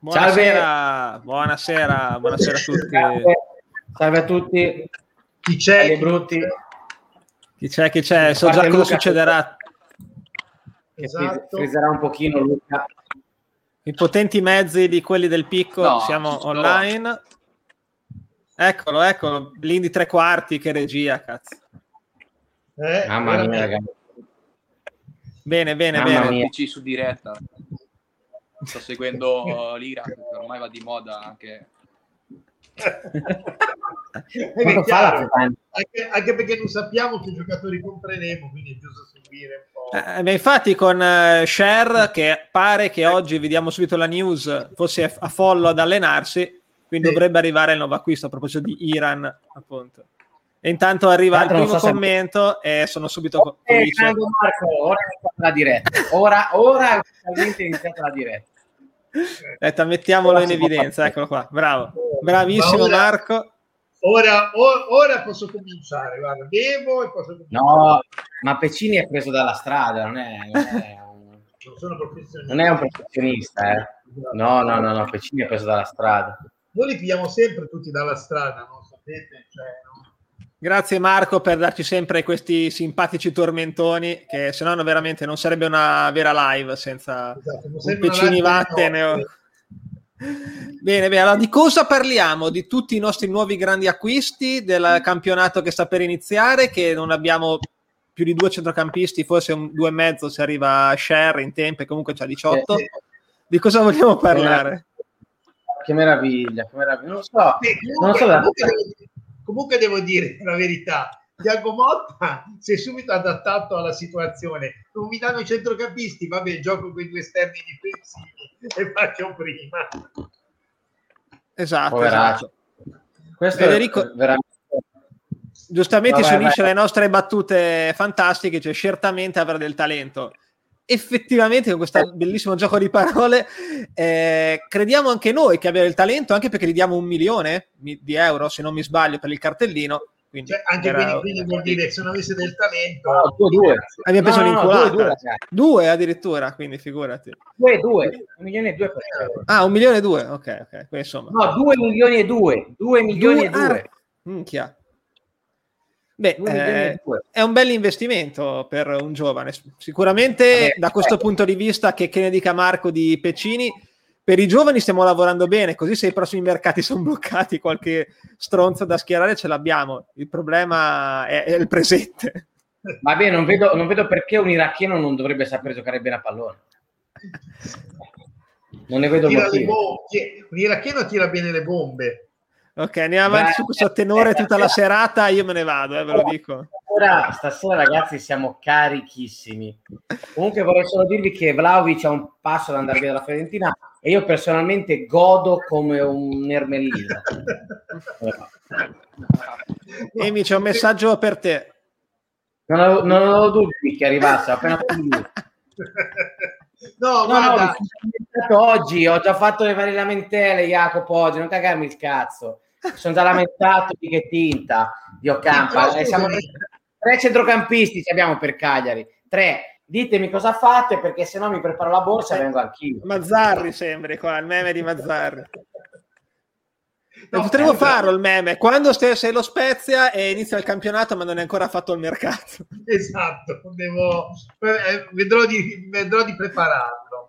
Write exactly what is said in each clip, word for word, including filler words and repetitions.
Buonasera, buonasera, buonasera a tutti. Salve, salve a tutti. Chi c'è? Chi brutti? Chi c'è? Chi c'è? So già cosa Luca succederà. Che esatto. frizzerà un pochino Luca. I potenti mezzi di quelli del picco, no, siamo online. Eccolo, eccolo, l'Indy tre quarti, che regia, cazzo. Eh, Mamma mia, ragazzi. Bene, bene, Mamma bene. Mia. P C su diretta. Sto seguendo l'Ira, che ormai va di moda anche. È chiaro, anche, anche perché non sappiamo che giocatori compreremo, quindi è giusto seguire un po'. Eh, beh, infatti con uh, Cher, che pare che oggi, vediamo subito la news, fosse a Follo ad allenarsi, quindi sì, dovrebbe arrivare il nuovo acquisto a proposito di Iran, appunto. E intanto arriva il primo so commento se... e sono subito eh, felice. Marco, ora è iniziata la diretta. Ora, ora è ufficialmente iniziata la diretta. Aspetta, mettiamolo in evidenza, eccolo qua, bravo, bravissimo ora, Marco. Ora, or, ora posso cominciare, guarda, bevo e posso cominciare. No, ma Pecini è preso dalla strada, non è, non è, un, non sono professionista. Non è un professionista, eh. No, no, no, no, Pecini è preso dalla strada. Noi li pigliamo sempre tutti dalla strada, non sapete? Cioè, no? Grazie Marco per darci sempre questi simpatici tormentoni, che se no veramente non sarebbe una vera live senza esatto, un Pecini vattene. No. Bene, bene, allora di cosa parliamo? Di tutti i nostri nuovi grandi acquisti, del campionato che sta per iniziare, che non abbiamo più di due centrocampisti, forse un due e mezzo se arriva Cher in tempo e comunque c'ha diciotto. Eh, sì. Di cosa vogliamo parlare? Che meraviglia, che meraviglia. Non lo so, sì, comunque, non so comunque, comunque devo dire la verità, Thiago Motta si è subito adattato alla situazione. Non mi danno i centrocampisti, vabbè, gioco con i due esterni difensivi e faccio prima. Esatto, esatto. Questo Federico è veramente... giustamente no, si vai, unisce vai. alle nostre battute fantastiche, cioè certamente avrà del talento. Effettivamente con questo bellissimo gioco di parole eh, crediamo anche noi che abbia il talento, anche perché gli diamo un milione di euro se non mi sbaglio per il cartellino, quindi cioè, anche era... quindi, quindi vuol dire se non avesse del talento no, due, due. abbiamo preso no, un'inculata no, due, due, due addirittura, quindi figurati due, due, un milione e due per ah un milione e due, ok, ok, quindi, insomma no, due milioni e due due milioni due, e due. Minchia. Beh, eh, è un bel investimento per un giovane, sicuramente. Vabbè, da questo eh. punto di vista, che, che ne dica Marco di Pecini, per i giovani stiamo lavorando bene, così se i prossimi mercati sono bloccati qualche stronzo da schierare ce l'abbiamo, il problema è, è il presente. Vabbè, non vedo, non vedo perché un iracheno non dovrebbe sapere giocare bene a pallone, non ne vedo tira motivo. Un iracheno tira bene le bombe. Ok, andiamo avanti Beh, su questo tenore tutta la serata, io me ne vado, eh, ve lo dico. Ora, stasera ragazzi siamo carichissimi. Comunque vorrei solo dirvi che Vlahovic ha un passo ad andare via dalla Fiorentina e io personalmente godo come un ermellino. Emi, c'è un messaggio per te. Non avevo, non avevo dubbi che arrivasse, appena finito. No, no, guarda. no, oggi ho già fatto le varie lamentele, Jacopo, oggi, non cagarmi il cazzo. Sono già lamentato di che tinta di Ocampa. Sì, eh, siamo tre, tre centrocampisti ci abbiamo per Cagliari. Tre. Ditemi cosa fate, perché se no mi preparo la borsa e vengo anch'io. Mazzarri sembri qua, il meme di Mazzarri. No, potremmo eh, farlo il meme quando sei lo Spezia e inizia il campionato ma non è ancora fatto il mercato. Esatto, devo, eh, vedrò, di, vedrò di prepararlo.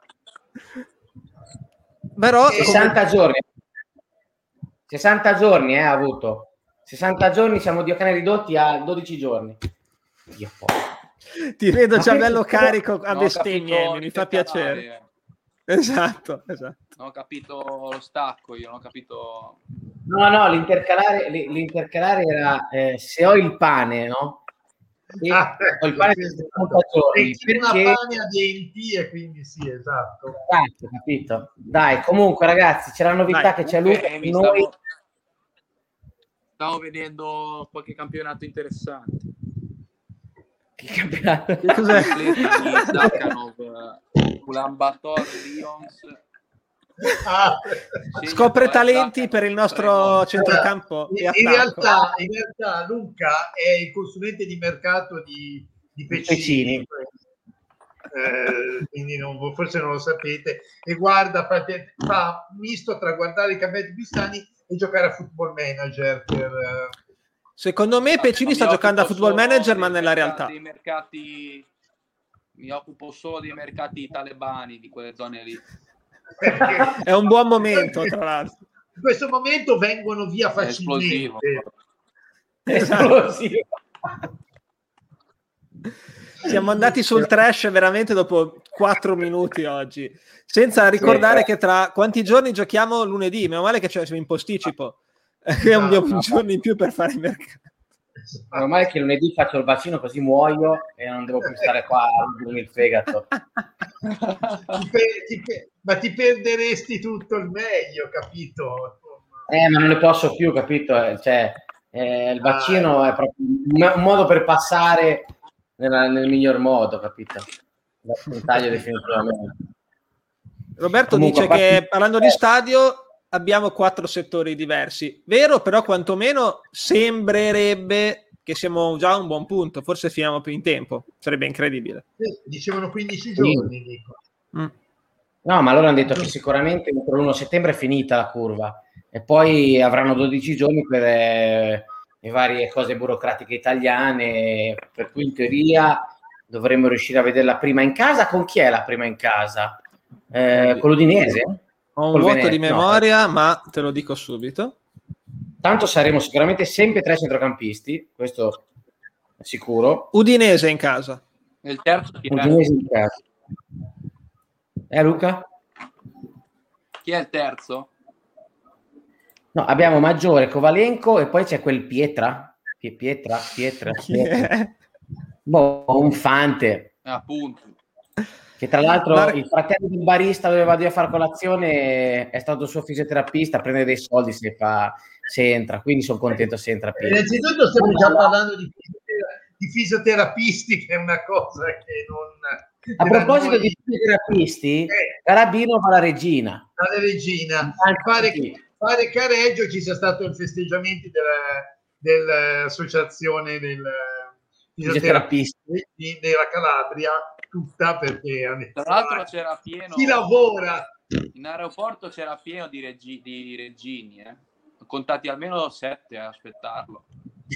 Però sessanta come... giorni sessanta giorni eh, ha avuto sessanta giorni, siamo di cane ridotti a dodici giorni. Io ti vedo già bello carico a bestemmie, mi fa piacere. Esatto, esatto. Non ho capito lo stacco, io non ho capito. No, no, l'intercalare, l'intercalare era eh, se ho il pane, no? E ah, ho il pane di sessanta giorni. Perché... una pane a denti e quindi sì, esatto. Esatto, capito. Dai, comunque ragazzi, c'è la novità Dai, che c'è Luca. Eh, noi... stavo... stavo vedendo qualche campionato interessante. Che campionato? Che cos'è? Ulan Bator, Lions. Ah, scopre talenti per il nostro centrocampo. In, in, realtà, in realtà Luca è il consulente di mercato di, di Pecini. eh, quindi non, forse non lo sapete, e guarda, fa, fa misto tra guardare i campionati pistani e giocare a Football Manager per, secondo me Pecini sta giocando a Football Manager, ma nella realtà dei mercati, mi occupo solo dei mercati talebani di quelle zone lì. È un buon momento, tra l'altro. In questo momento vengono via facilmente. È esplosivo. Esplosivo. Siamo andati sul trash veramente dopo quattro minuti oggi, senza ricordare sì, che tra quanti giorni giochiamo lunedì. Meno male che c'è in posticipo, è un, no, un no. giorno in più per fare il mercato. Meno male che lunedì faccio il vaccino così muoio e non devo più stare qua a rubare il fegato. ti per, ti per, ma ti perderesti tutto il meglio, capito? Eh, ma non ne posso più, capito? Cioè, eh, il vaccino ah, è proprio un modo per passare nella, nel miglior modo, capito? Un taglio definitivamente. Roberto Comunque, dice parte... che parlando di stadio abbiamo quattro settori diversi, vero? Però quantomeno sembrerebbe che siamo già a un buon punto, forse finiamo più in tempo, sarebbe incredibile. Eh, dicevano quindici giorni, dico. Mm. No, ma loro hanno detto che sicuramente entro l'primo settembre è finita la curva e poi avranno dodici giorni per eh, le varie cose burocratiche italiane, per cui in teoria dovremmo riuscire a vederla prima in casa. Con chi è la prima in casa? Eh, con l'Udinese? Ho un vuoto di memoria, no, ma te lo dico subito. Tanto saremo sicuramente sempre tre centrocampisti, questo è sicuro. Udinese in casa. E il terzo Udinese in casa. Eh, Luca? Chi è il terzo? No, abbiamo Maggiore, Kovalenko e poi c'è quel Pietra. Pietra, Pietra. Pietra. Boh, un Fante. Eh, appunto. Che tra l'altro Mar- il fratello del barista dove vado io a fare colazione è stato il suo fisioterapista, prende dei soldi se, fa, se entra, quindi sono contento se entra. Innanzitutto stiamo già parlando di, di fisioterapisti, che è una cosa che non... A proposito noi... di fisioterapisti, eh, Carabino fa la regina. La regina. Pare, pare che a Reggio ci sia stato il festeggiamento della, dell'associazione del fisioterapisti della Calabria, tutta, perché tra l'altro c'era pieno, chi lavora in aeroporto, c'era pieno di, regi, di regini, eh. Contati almeno sette a aspettarlo.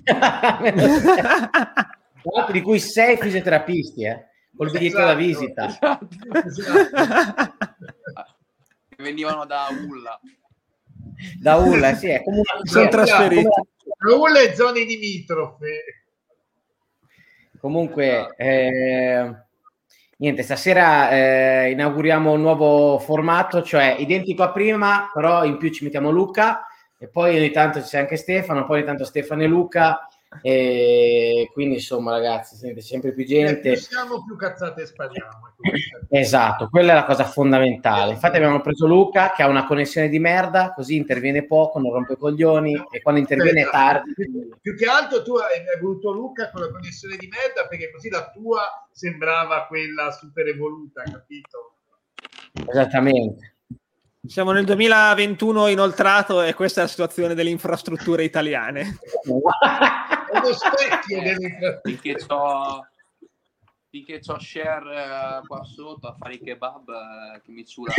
Di cui sei fisioterapisti, eh, col biglietto esatto, da visita. Esatto. Venivano da Ulla. Da Ulla, sì, è come una... sono trasferiti. Da Ulla e zone limitrofe. Comunque, eh, niente, stasera eh, inauguriamo un nuovo formato, cioè identico a prima, però in più ci mettiamo Luca e poi ogni tanto c'è anche Stefano, poi ogni tanto Stefano e Luca, e quindi insomma ragazzi, sente sempre più gente. Più siamo, più cazzate spariamo. Esatto, quella è la cosa fondamentale. Infatti abbiamo preso Luca che ha una connessione di merda, così interviene poco, non rompe i coglioni e quando interviene è tardi. Più che altro tu hai avuto Luca con la connessione di merda perché così la tua sembrava quella super evoluta, capito? Esattamente. Siamo nel duemilaventuno inoltrato e questa è la situazione delle infrastrutture italiane. È lo specchio delle infrastrutture. Finché c'ho, finché c'ho share uh, qua sotto a fare i kebab uh, che mi suda.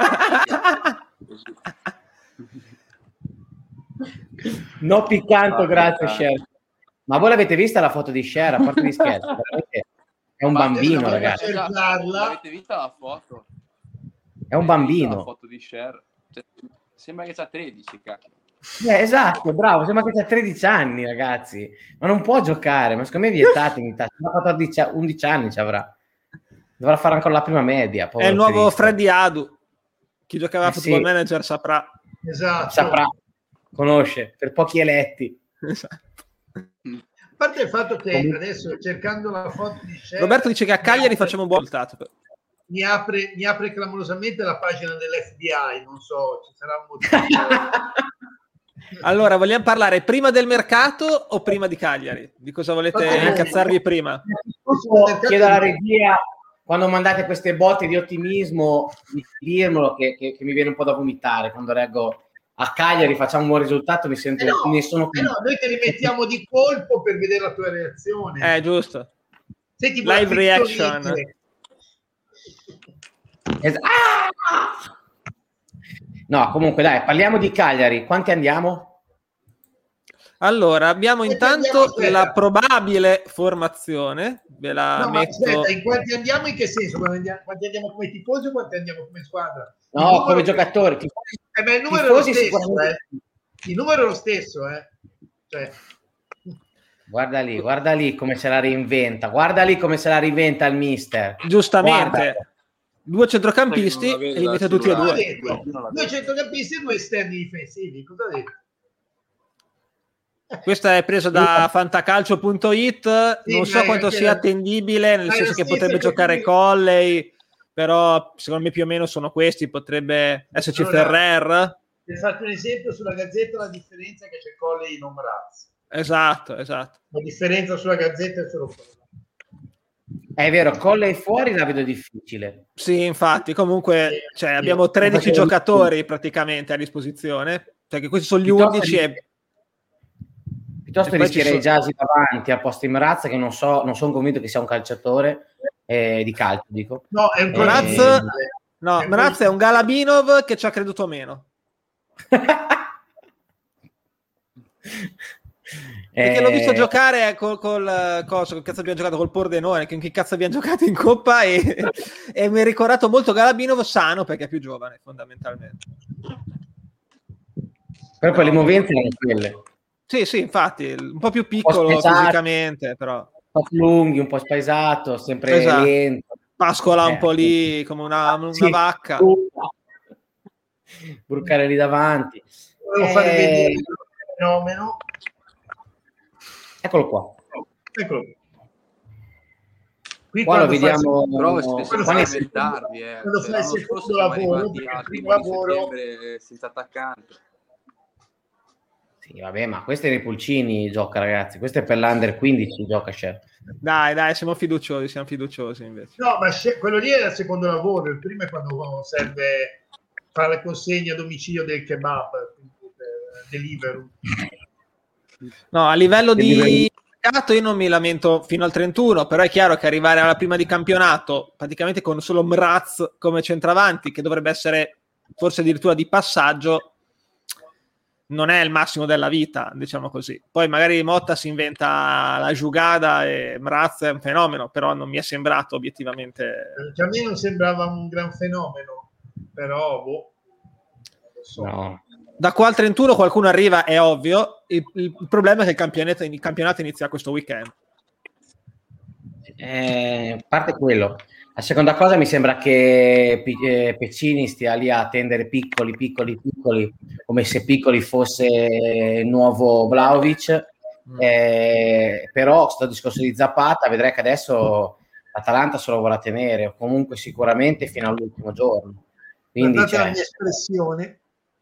No piccanto, ah, grazie Share. Ma voi l'avete vista la foto di Share? A parte di scherzo, è un bambino, ragazzi. L'avete vista la foto? È un bambino. La foto di Cher. Cioè, sembra che c'ha tredici, cacchio. Eh, esatto, bravo, sembra che c'ha tredici anni, ragazzi. Ma non può giocare, ma secondo me è vietato in Italia. undici anni ci avrà. Dovrà fare ancora la prima media. È il nuovo Freddy Adu. Chi giocava a eh, Football sì. Manager saprà. Esatto. Saprà, conosce, per pochi eletti. Esatto. A parte il fatto che adesso, cercando la foto di Cher... Roberto dice che a Cagliari facciamo un buon risultato. Mi apre, mi apre clamorosamente la pagina dell'F B I, non so, ci sarà un motivo. Allora, vogliamo parlare prima del mercato o prima di Cagliari? Di cosa volete incazzarvi prima? Chiedo alla regia, quando mandate queste botte di ottimismo, di dirmelo, che, che, che mi viene un po' da vomitare. Quando leggo a Cagliari facciamo un buon risultato, mi sento... Eh no, ne sono eh no, noi te li mettiamo di colpo per vedere la tua reazione. Eh, giusto. Senti, live reaction. Es- ah! No, comunque dai, parliamo di Cagliari. Quanti andiamo? Allora, abbiamo Quanti intanto andiamo, la probabile formazione, ve la no, ma metto... aspetta, in quanti andiamo in che senso? Quanti andiamo, quanti andiamo come tifosi o quanti andiamo come squadra? Il No, come numero- giocatori. Tifosi, eh, ma il numero è lo tifosi stesso, sicuramente. eh. Il numero è lo stesso, eh. Cioè, Guarda lì, guarda lì come se la reinventa. Guarda lì come se la reinventa il mister. Giustamente. Guarda. Due centrocampisti Non la vedo e li dal mette tutti e cosa ha due. detto? Due centrocampisti e due esterni difensivi, cosa ha detto? Questa è presa da fantacalcio punto it, Sì, non so ma quanto anche sia la- attendibile, nel ma è senso lo che stesso potrebbe che giocare tu- Colley, però secondo me più o meno sono questi, potrebbe esserci Allora, Ferrer. Vi ho fatto un esempio sulla Gazzetta, la differenza è che c'è Colley non Mraz. Esatto, esatto. La differenza sulla Gazzetta è solo quella. È vero, Colley fuori la vedo difficile. Sì, infatti, comunque cioè, abbiamo tredici giocatori praticamente a disposizione, cioè che questi sono gli Piuttosto undici ri- e... Piuttosto E poi ci rischierei sono- Jasi davanti al posto di Mraz, che non so, non sono convinto che sia un calciatore eh, di calcio, dico. No, è un Eh, Mraz, eh, no, è Mraz è un Galabinov che ci ha creduto meno. Perché l'ho visto Eh, giocare col, col coso, che cazzo abbiamo giocato col Pordenone, che, che cazzo abbiamo giocato in Coppa e, e mi ha ricordato molto Galabinov sano perché è più giovane fondamentalmente. Però poi le movenze erano quelle. Sì, sì, infatti, un po' più piccolo spesato. fisicamente, però Un po' lunghi, un po' spaesato, sempre Esatto. lento. pascola un Eh, po' lì come una, una sì, vacca. Brucare lì davanti. Volevo Eh, fare vedere il fenomeno. Eccolo qua. Eccolo. Qui Qua lo quando fai il vediamo. secondo- Però quando si fai il sperimentarvi, secondo- eh. quando Cioè, fai il l'anno secondo scorso siamo lavoro, arrivati perché al il primo primo di lavoro settembre senza attaccante. Sì, vabbè, ma questo è nei pulcini gioca, ragazzi. Questo è per l'Under quindici gioca, chef. Dai, dai, siamo fiduciosi, siamo fiduciosi invece. no, ma sce- quello lì era il secondo lavoro, il primo è quando serve fare la consegna a domicilio del kebab, quindi per Deliveroo. No, a livello di mercato io non mi lamento fino al trentuno, però è chiaro che arrivare alla prima di campionato praticamente con solo Mraz come centravanti, che dovrebbe essere forse addirittura di passaggio, non è il massimo della vita, diciamo così. Poi magari Motta si inventa la giugada e Mraz è un fenomeno, però non mi è sembrato obiettivamente... Che a me non sembrava un gran fenomeno, però boh, non lo so. No. Da qua al trentuno qualcuno arriva, è ovvio, il, il problema è che il campionato, il campionato inizia questo weekend. Eh, a parte quello, la seconda cosa mi sembra che P- eh, Peccini stia lì a attendere piccoli, piccoli, piccoli, come se piccoli fosse il nuovo Vlahovic. Eh, però sto discorso di Zapata, vedrai che adesso l'Atalanta se lo vorrà tenere, o comunque sicuramente fino all'ultimo giorno. Quindi Guardate la cioè, mia espressione.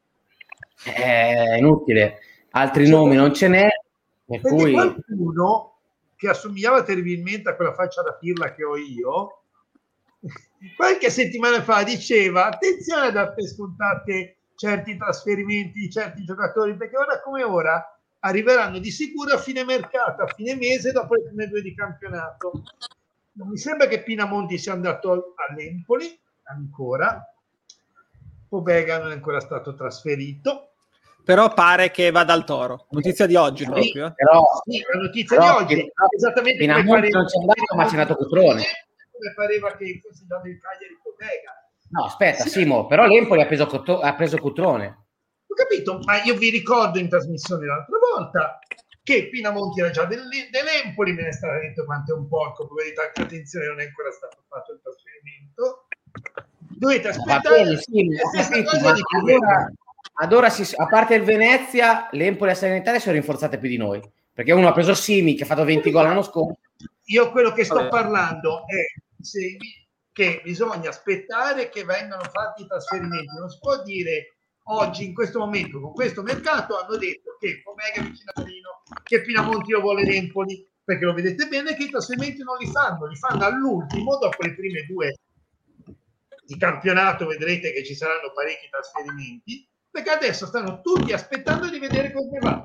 è inutile, altri nomi non ce n'è, per Perché cui qualcuno che assomigliava terribilmente a quella faccia da pirla che ho io qualche settimana fa diceva attenzione a dar per scontate certi trasferimenti di certi giocatori, perché ora come ora arriveranno di sicuro a fine mercato, a fine mese, dopo le prime due di campionato. Non mi sembra che Pinamonti sia andato all'Empoli ancora, Pobega non è ancora stato trasferito, Però pare che vada al Toro. Notizia di oggi proprio. Eh. però, sì, la notizia però di oggi Pin- esattamente come Pinamonti pareva, non c'è andato, ma c'è andato Cutrone. come pareva che fosse dato il Cagliari Pobega. No, aspetta, Simo, però l'Empoli ha preso, Cotto- ha preso Cutrone. Ho capito, ma io vi ricordo in trasmissione l'altra volta che Pinamonti era già del, dell'Empoli, me ne stava detto quanto è un porco, poverità, attenzione, non è ancora stato fatto il trasferimento. Dovete aspettare. bene, sì, la ho stessa capito, cosa ma di ad ora, Pobega. ad ora si- a parte il Venezia, l'Empoli e la Salernitana sono rinforzate più di noi, perché uno ha preso Simi che ha fatto venti gol l'anno scorso. Io quello che sto Vabbè. parlando è se, che bisogna aspettare che vengano fatti i trasferimenti. Non si può dire oggi, in questo momento, con questo mercato, hanno detto che Pomega è vicino a Torino, che Pinamonti lo vuole l'Empoli, perché lo vedete bene che i trasferimenti non li fanno, li fanno all'ultimo, dopo le prime due di campionato. Vedrete che ci saranno parecchi trasferimenti, perché adesso stanno tutti aspettando di vedere come va.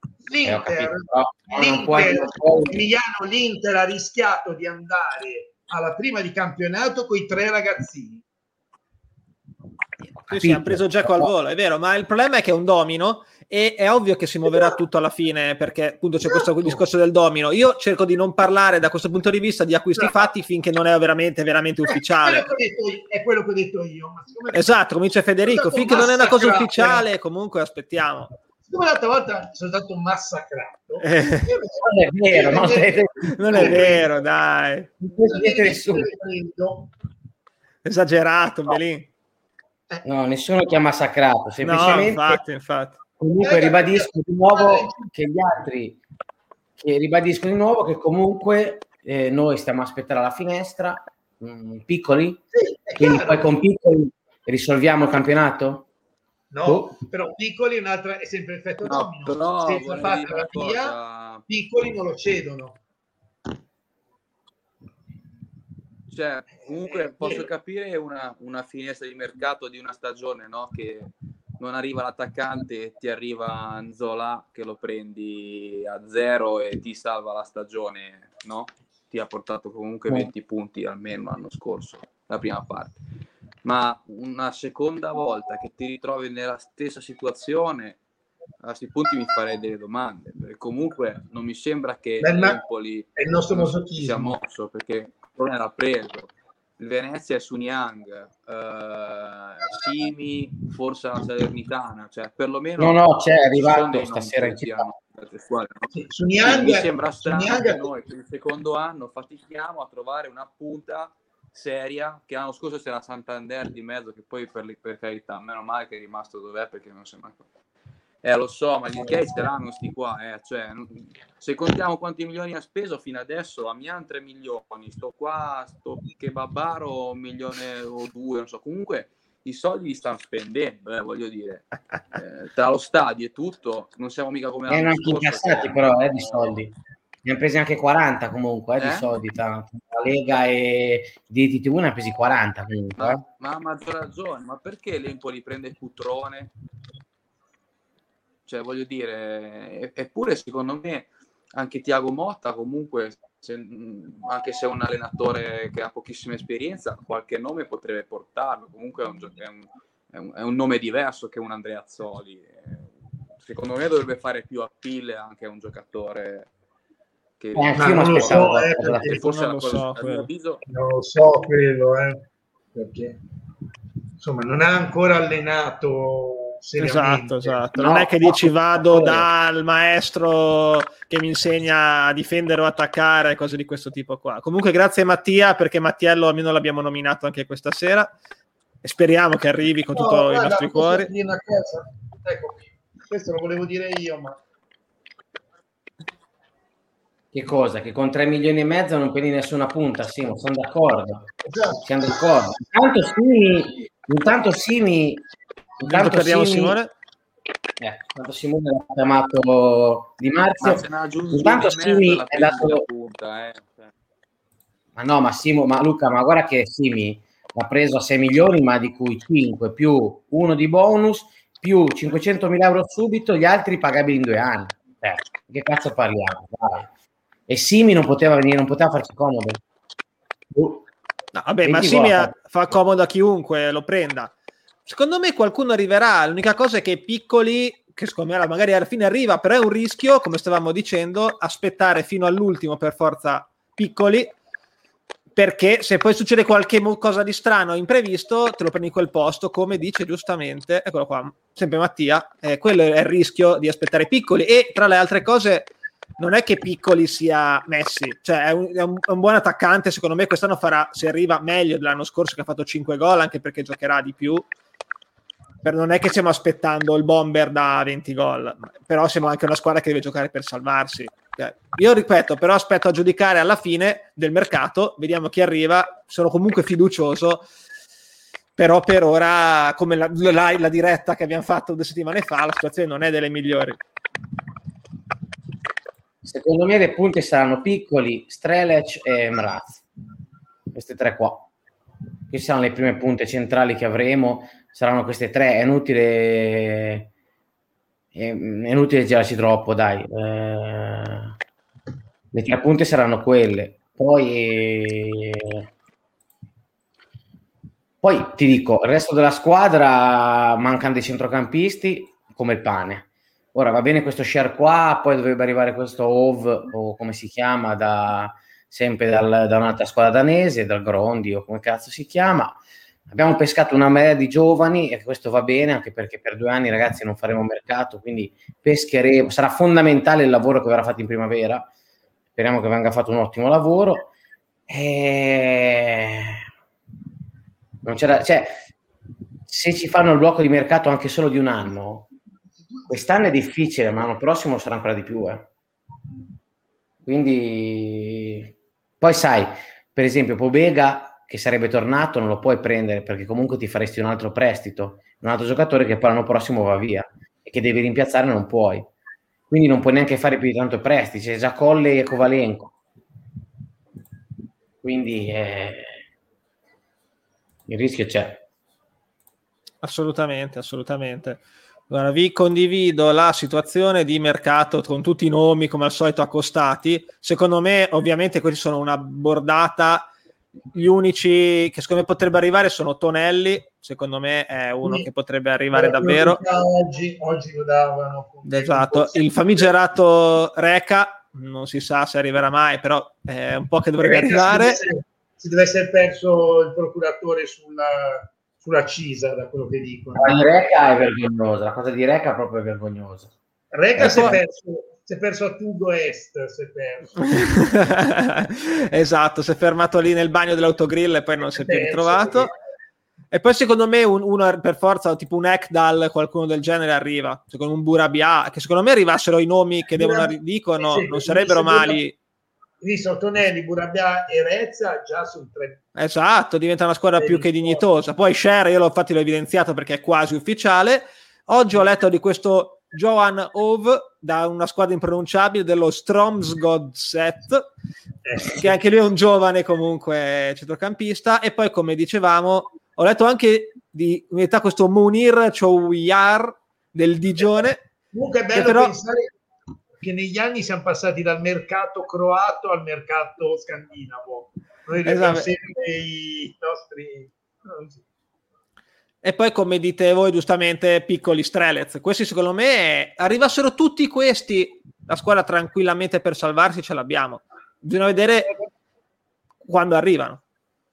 Eh, ho capito, L'Inter, però non puoi- l'Inter, non puoi- Emiliano, l'Inter ha rischiato di andare alla prima di campionato con i tre ragazzini. Sì, sì, ha preso Dzeko al volo, è vero, ma il problema è che è un domino e è ovvio che si muoverà esatto. tutto alla fine, perché appunto c'è esatto. questo discorso del domino. Io cerco di non parlare da questo punto di vista di acquisti esatto. fatti finché non è veramente, veramente ufficiale. È quello che ho detto io, è quello che ho detto io. Ma esatto, come dice Federico, finché non è una cosa ufficiale, comunque aspettiamo. Siccome l'altra volta sono stato massacrato, eh. io non è vero, non, è, non è vero, dai. Esagerato, Belin. No, nessuno ti ha massacrato, semplicemente no, infatti, infatti. Comunque ribadisco di nuovo che gli altri che ribadisco di nuovo che comunque eh, noi stiamo a aspettare alla finestra mh, piccoli, sì, quindi poi con piccoli risolviamo il campionato? No, oh. però piccoli è un'altra, è sempre effetto no, domino. Però senza fatta la via, piccoli non lo cedono. Cioè, comunque posso capire una, una finestra di mercato di una stagione, no? Che non arriva l'attaccante e ti arriva Nzola che lo prendi a zero e ti salva la stagione, no? Ti ha portato comunque venti punti almeno l'anno scorso, la prima parte. Ma una seconda volta che ti ritrovi nella stessa situazione, a questi punti mi farei delle domande. Perché comunque non mi sembra che l'Empoli è il nostro masochismo sia mosso, perché non era preso. Il Venezia è su Niang, uh, Simi, forse la Salernitana, cioè perlomeno no no c'è arrivato stasera in città. Squadre, no? Sì, su Niang, mi sembra strano Niang... che noi per il secondo anno fatichiamo a trovare una punta seria, che l'anno scorso c'era Santander di mezzo, che poi per, per carità meno male che è rimasto dov'è, perché non sembra eh lo so, ma gli ok saranno sti qua, eh. Cioè, se contiamo quanti milioni ha speso fino adesso, Amian tre milioni, sto qua, sto Kebabaro un milione o due, non so, comunque i soldi li stanno spendendo, eh, voglio dire, eh, tra lo stadio e tutto, non siamo mica come l'anno eh, scorso. Non incassati che... però, eh, di soldi. Ne hanno presi anche quaranta comunque, eh, eh? di soldi, tra la Lega e D T T V ne hanno presi quaranta comunque. Ma, eh. ma ha maggior ragione, ma perché l'Empoli prende Cutrone? Cioè, voglio dire, eppure secondo me anche Thiago Motta comunque, se, anche se è un allenatore che ha pochissima esperienza, qualche nome potrebbe portarlo. Comunque è un, è un, è un, è un nome diverso che un Andreazzoli. Secondo me dovrebbe fare più appeal anche a un giocatore che... Eh, io non lo so, eh, perché forse non lo cosa, so, a mio avviso... non lo so quello, eh, perché insomma non ha ancora allenato. Esatto, esatto. Non no, è che dici vado dal maestro che mi insegna a difendere o attaccare, cose di questo tipo qua. Comunque grazie Mattia, perché Mattiello almeno l'abbiamo nominato anche questa sera e speriamo che arrivi con no, tutti i nostri cuori. Ecco, questo lo volevo dire io, ma che cosa? Che con tre milioni e mezzo non prendi nessuna punta, sì, non sono d'accordo. Esatto. Siamo d'accordo. Intanto Simi, intanto Simi Intanto perdiamo Simi, Simone. Eh, intanto Simone l'ha chiamato Di Marzio. Intanto Simi è dato punta, eh. Ma no, ma Simo, ma Luca, ma guarda che Simi l'ha preso a sei milioni, ma di cui cinque più uno di bonus più cinquecentomila euro subito, gli altri pagabili in due anni. Eh, che cazzo parliamo? Dai. E Simi non poteva venire, non poteva farci comodo. No, vabbè, ma Simi fa comodo a chiunque lo prenda. Secondo me qualcuno arriverà, l'unica cosa è che piccoli, che secondo me magari alla fine arriva, però è un rischio, come stavamo dicendo, aspettare fino all'ultimo per forza piccoli, perché se poi succede qualche cosa di strano, imprevisto, te lo prendi in quel posto, come dice giustamente, eccolo qua, sempre Mattia, eh, quello è il rischio di aspettare piccoli. E tra le altre cose non è che piccoli sia Messi, cioè è un, è, un, è un buon attaccante, secondo me quest'anno farà, se arriva, meglio dell'anno scorso che ha fatto cinque gol, anche perché giocherà di più. Per, non è che stiamo aspettando il bomber da venti gol, però siamo anche una squadra che deve giocare per salvarsi. Cioè, io ripeto, però aspetto a giudicare alla fine del mercato, vediamo chi arriva, sono comunque fiducioso, però per ora, come la, la, la diretta che abbiamo fatto due settimane fa, la situazione non è delle migliori. Secondo me le punte saranno piccoli, Strelec e Mraz, queste tre qua. Queste saranno le prime punte centrali che avremo, saranno queste tre. È inutile è, è inutile girarci troppo, dai. Eh, le tre punte saranno quelle. Poi poi ti dico, il resto della squadra mancano dei centrocampisti come il pane. Ora va bene questo Scher qua, poi dovrebbe arrivare questo Ov, o come si chiama, da, sempre dal, da un'altra squadra danese, dal Grondi o come cazzo si chiama. Abbiamo pescato una marea di giovani e questo va bene, anche perché per due anni ragazzi non faremo mercato, quindi pescheremo, sarà fondamentale il lavoro che verrà fatto in primavera, speriamo che venga fatto un ottimo lavoro. E... non c'era, cioè, se ci fanno il blocco di mercato anche solo di un anno, quest'anno è difficile, ma l'anno prossimo sarà ancora di più, eh. Quindi poi sai, per esempio Pobega, che sarebbe tornato, non lo puoi prendere perché comunque ti faresti un altro prestito, un altro giocatore che poi l'anno prossimo va via e che devi rimpiazzare, non puoi, quindi non puoi neanche fare più di tanto prestiti, c'è già Colle e Kovalenko, quindi eh, il rischio c'è. Assolutamente, assolutamente. Allora, vi condivido la situazione di mercato con tutti i nomi come al solito accostati. Secondo me ovviamente questi sono una bordata, gli unici che secondo me potrebbe arrivare sono Tonelli, secondo me è uno sì, che potrebbe arrivare davvero oggi, oggi lo davano, esatto. Il famigerato Reca non si sa se arriverà mai, però è un po' che dovrebbe Reca arrivare. Si deve, si deve essere perso il procuratore sulla sulla Cisa, da quello che dicono. La di Reca è vergognosa, la cosa di Reca è proprio vergognosa. Reca si è perso, si è perso a Tugo Est, si è perso. Esatto, si è fermato lì nel bagno dell'autogrill e poi non si è più ritrovato. E poi secondo me un, uno per forza, tipo un Ekdal, qualcuno del genere arriva, secondo un Burabia, che secondo me arrivassero i nomi che devono, dicono, sì, non sarebbero mali. Visto Tonelli, Burabia e Rezza già sul tre. Esatto, diventa una squadra più che dignitosa. Poi Scher, io l'ho infatti l'ho evidenziato perché è quasi ufficiale. Oggi ho letto di questo Johan Ov da una squadra impronunciabile dello Stromsgodset, eh. che anche lui è un giovane comunque centrocampista. E poi, come dicevamo, ho letto anche di in realtà questo Munir Chouyar del Digione. Comunque è bello però... pensare che negli anni siamo passati dal mercato croato al mercato scandinavo. Noi abbiamo sempre i nostri... E poi, come dite voi giustamente, piccoli Strelez. Questi secondo me, arrivassero tutti questi, la squadra tranquillamente per salvarsi ce l'abbiamo. Bisogna vedere quando arrivano.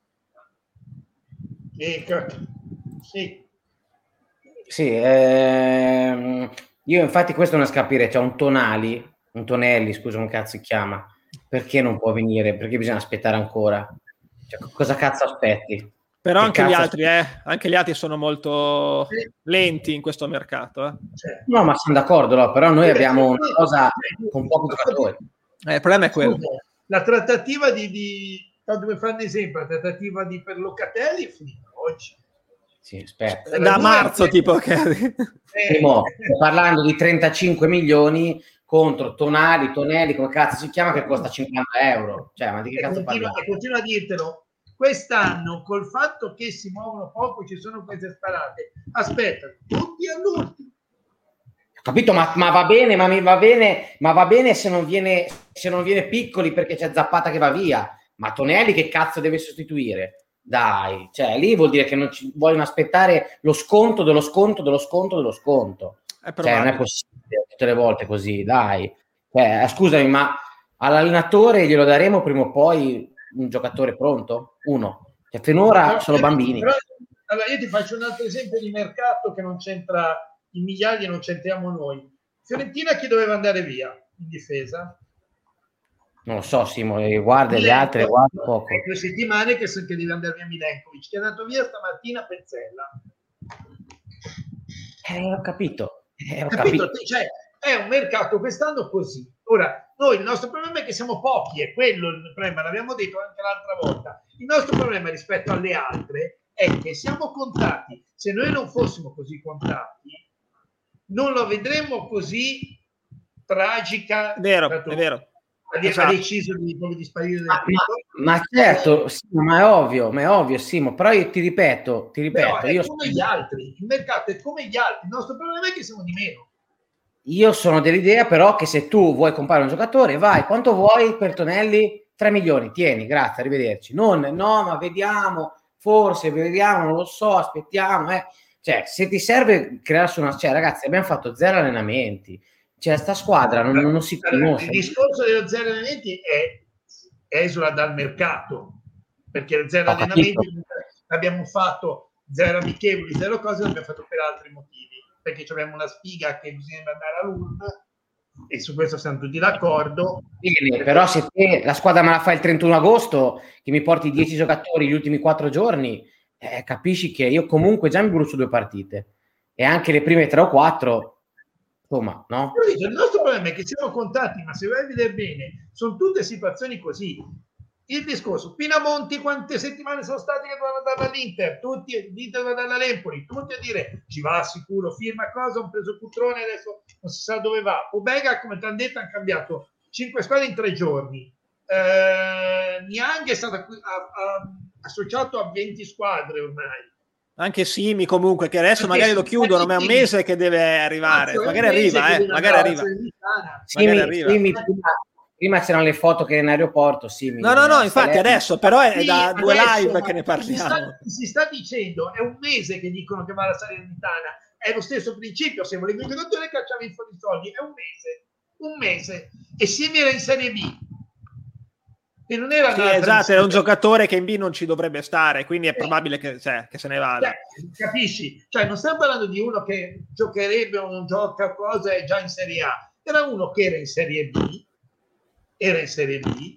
Sì. Sì, ehm... io infatti questo non capire, c'è cioè un Tonali, un Tonelli, scusa, come cazzo si chiama, perché non può venire? Perché bisogna aspettare ancora? Cioè, cosa cazzo aspetti? Però che anche cazzo gli altri, eh, anche gli altri sono molto lenti in questo mercato. Eh. No, ma sono d'accordo, no, però noi abbiamo una cosa con pochi giocatori. Eh, il problema è quello. La trattativa di, di tanto per fare un esempio, la trattativa di per Locatelli è finita oggi. Sì, aspetta. Da marzo è... tipo che eh. Mo, sto parlando di trentacinque milioni contro Tonali, Tonelli, come cazzo si chiama, che costa cinquanta euro. Cioè, ma di che cazzo continua, parliamo? e continua a dirtelo. Quest'anno, col fatto che si muovono poco, ci sono queste sparate. Aspetta, tutti all'ultimo. Capito? Ma, ma va bene, ma mi va bene, ma va bene se non viene, se non viene Piccoli perché c'è Zappata che va via. Ma Tonelli che cazzo deve sostituire? Dai, cioè lì vuol dire che non ci vogliono aspettare lo sconto dello sconto dello sconto dello sconto. È cioè, non è possibile tutte le volte così, dai. Cioè, scusami, ma all'allenatore glielo daremo prima o poi un giocatore pronto? Uno. Cioè, finora no, sono bambini. Però, allora, io ti faccio un altro esempio di mercato che non c'entra i migliaia, non c'entriamo noi. Fiorentina chi doveva andare via in difesa? Non lo so, Simo, guarda le altre, guarda poco. È due settimane che, che deve andare via Milenkovic, che è andato via stamattina Pezzella. Eh, ho capito. Eh, ho capito? capito. Cioè, è un mercato quest'anno così. Ora, noi il nostro problema è che siamo pochi, è quello il problema, l'abbiamo detto anche l'altra volta. Il nostro problema rispetto alle altre è che siamo contati. Se noi non fossimo così contati, non lo vedremmo così tragica. Vero, è vero. Ha, esatto. ha deciso di, di sparire ma, ma, ma certo, sì, ma è ovvio, ma è ovvio, Simo, però io ti ripeto, ti ripeto, però è io come gli altri, il mercato è come gli altri, il nostro problema è che siamo di meno. Io sono dell'idea però che se tu vuoi comprare un giocatore, vai, quanto vuoi per Tonelli? tre milioni, tieni, grazie, arrivederci. Non, no, ma vediamo, forse, vediamo, non lo so, aspettiamo, eh. Cioè, se ti serve crearsi una... Cioè, ragazzi, abbiamo fatto zero allenamenti. Cioè, sta squadra non, non si conosce. Il discorso dello zero allenamenti è esula dal mercato, perché il zero Ho allenamenti capito. l'abbiamo fatto, zero amichevoli, zero cose, l'abbiamo fatto per altri motivi, perché abbiamo una sfiga che bisogna andare a Lourdes e su questo siamo tutti d'accordo. Bene, però se te la squadra me la fai il trentuno agosto, che mi porti dieci giocatori gli ultimi quattro giorni, eh, capisci che io comunque già mi brucio due partite e anche le prime tre o quattro, insomma, no? Il nostro problema è che siamo contati, ma se vai a vedere bene, sono tutte situazioni così. Il discorso, Pinamonti quante settimane sono state che dovevano andare all'Inter, tutti, l'Inter doveva andare all'Empoli, tutti a dire ci va sicuro, firma cosa, hanno preso Cutrone, adesso non si sa dove va. Ubega, come ti hanno detto, hanno cambiato cinque squadre in tre giorni. Eh, Niang è stato a, a, associato a venti squadre ormai. Anche Simi comunque, che adesso magari lo chiudono, ma è un mese che deve arrivare. Cazzo, magari arriva, eh, magari arriva. Simi, magari arriva. Simi, prima, prima c'erano le foto che in aeroporto, Simi. No, no, no, infatti adesso, però è Sì, da due adesso, live che ne si parliamo. sta, si sta dicendo, è un mese che dicono che va alla Salernitana, è lo stesso principio, se volevi un giocatore cacciavi in fuori i soldi, è un mese, un mese, e Simi era in Serie B. E non era sì, esatto, era un giocatore che in B non ci dovrebbe stare, quindi è probabile che, cioè, che se ne vada. Cioè, capisci? Cioè, non stiamo parlando di uno che giocherebbe o non gioca cosa è già in Serie A. Era uno che era in Serie B, era in Serie B.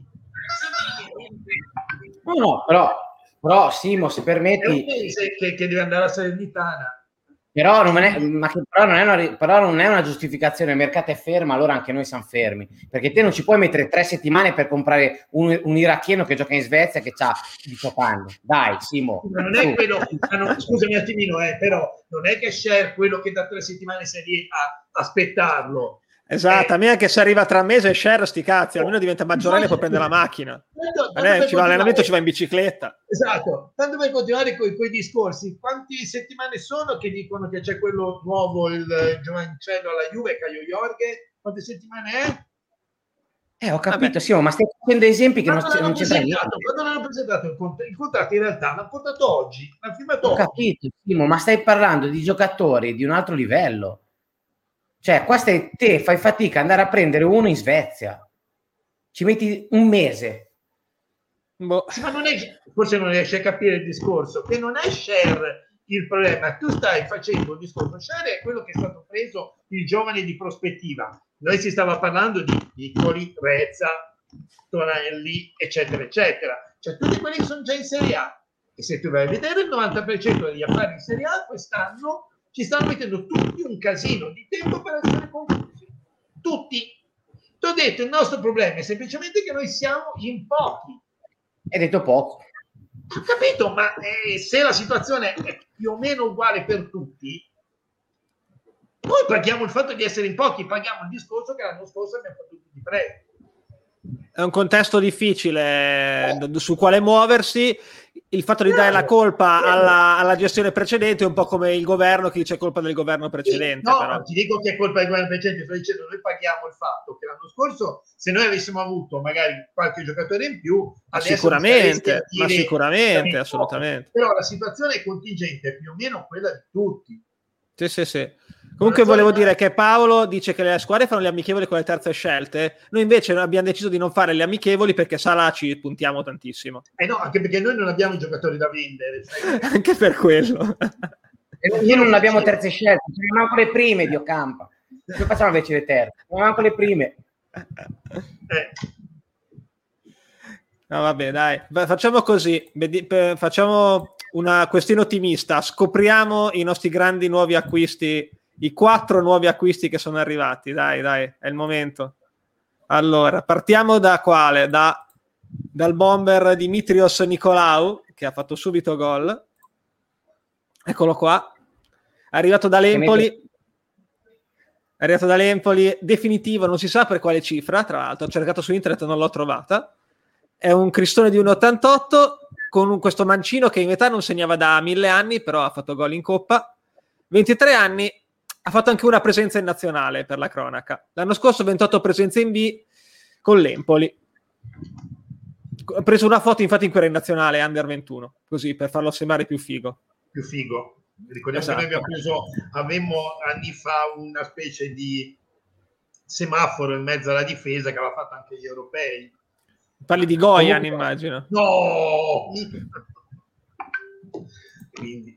No, no, però, però Simo, se permetti... È un mese che, che deve andare a Salernitana. Però non è, ma che però non è, una, però non è una giustificazione, il mercato è fermo, allora anche noi siamo fermi, perché te non ci puoi mettere tre settimane per comprare un, un iracheno che gioca in Svezia che ha diciotto anni. Dai, Simo. Ma non è quello, non, scusami un attimino, eh, però non è che Scher quello che da tre settimane sei lì a aspettarlo. Esatto, eh, a me anche se arriva tra un mese e Scher, sti cazzi, almeno diventa maggiorenne e può prendere la macchina. Tanto, ci va l'allenamento, ci va in bicicletta. Esatto, tanto per continuare con quei discorsi, quante settimane sono che dicono che c'è quello nuovo, il giovancello alla Juve, Caio Jorge? Quante settimane è? Eh, ho capito, Simo, ma stai facendo esempi che non, non, non c'entra niente. Quando l'hanno presentato il, cont- il contratto, in realtà l'hanno portato oggi, l'hanno firmato Ho oggi. capito, Simo, ma stai parlando di giocatori di un altro livello. Cioè, qua stai, te fai fatica ad andare a prendere uno in Svezia. Ci metti un mese. Boh. Ma non è, forse non riesci a capire il discorso, che non è Scher il problema. Tu stai facendo un discorso. Scher è quello che è stato preso il giovane di prospettiva. Noi si stava parlando di piccoli, Rezza, Tonelli, eccetera, eccetera. Cioè, tutti quelli che sono già in Serie A. E se tu vai a vedere, il novanta per cento degli affari in Serie A quest'anno ci stanno mettendo tutti un casino di tempo per essere conclusi. Tutti. Ti ho detto, il nostro problema è semplicemente che noi siamo in pochi. Hai detto poco. Ho capito, ma eh, se la situazione è più o meno uguale per tutti, noi paghiamo il fatto di essere in pochi, paghiamo il discorso che l'anno scorso abbiamo fatto tutti di prezzo. È un contesto difficile eh. su quale muoversi. Il fatto di dare la colpa alla, alla gestione precedente è un po' come il governo che dice colpa del governo precedente. No, però. non ti dico che è colpa del governo precedente, sto dicendo noi paghiamo il fatto che l'anno scorso se noi avessimo avuto magari qualche giocatore in più, ma sicuramente, ma sicuramente, assolutamente. Però la situazione è contingente, è più o meno quella di tutti. Sì, sì, sì. Comunque volevo dire che Paolo dice che le squadre fanno le amichevoli con le terze scelte, noi invece abbiamo deciso di non fare le amichevoli perché Salah ci puntiamo tantissimo. Eh no, anche perché noi non abbiamo giocatori da vendere. Sai? Anche per quello. Io non abbiamo terze scelte, ci manco le prime di Ocampa. Che facciamo invece le terze? Non manco le prime. Eh. No, vabbè, dai. Facciamo così, facciamo una questione ottimista, scopriamo i nostri grandi nuovi acquisti, i quattro nuovi acquisti che sono arrivati, dai, dai, è il momento. Allora, partiamo da quale? Da, dal bomber Dimitrios Nicolaou, che ha fatto subito gol. Eccolo qua. È arrivato dall'Empoli. È arrivato dall'Empoli, definitivo, non si sa per quale cifra, tra l'altro, ho cercato su internet e non l'ho trovata. È un cristone di uno virgola ottantotto, con questo mancino che in età non segnava da mille anni, però ha fatto gol in Coppa. ventitré anni, ha fatto anche una presenza in nazionale per la cronaca. L'anno scorso ventotto presenze in B con l'Empoli. Ho preso una foto infatti in quella in nazionale under ventuno, così per farlo sembrare più figo. Più figo. Ricordiamo Esatto. che noi abbiamo preso, avevamo anni fa una specie di semaforo in mezzo alla difesa che aveva fatto anche gli europei. Parli di Goyan, comunque, immagino. No! Quindi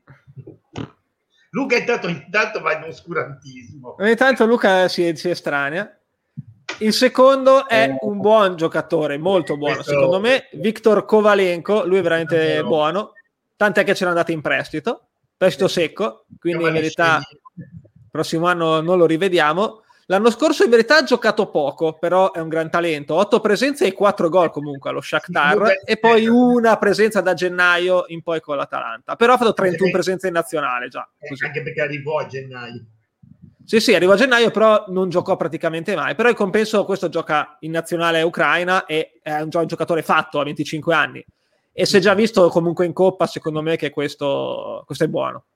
Luca intanto, intanto va in oscurantismo. Intanto Luca si, si estranea. Il secondo è eh, un buon giocatore, molto buono. Questo... Secondo me, Viktor Kovalenko, lui è veramente no. buono. Tant'è che ce l'ha andato in prestito, prestito secco, quindi in verità il prossimo anno non lo rivediamo. L'anno scorso in verità ha giocato poco, però è un gran talento. Otto presenze e quattro gol comunque allo Shakhtar, sì, e poi una presenza da gennaio in poi con l'Atalanta. Però ha fatto trentuno presenze in nazionale già. Così. Anche perché arrivò a gennaio. Sì, sì, arrivò a gennaio, però non giocò praticamente mai. Però in compenso questo gioca in nazionale ucraina e è un, un giocatore fatto a venticinque anni. E si è già visto comunque in Coppa, secondo me, che questo, questo è buono.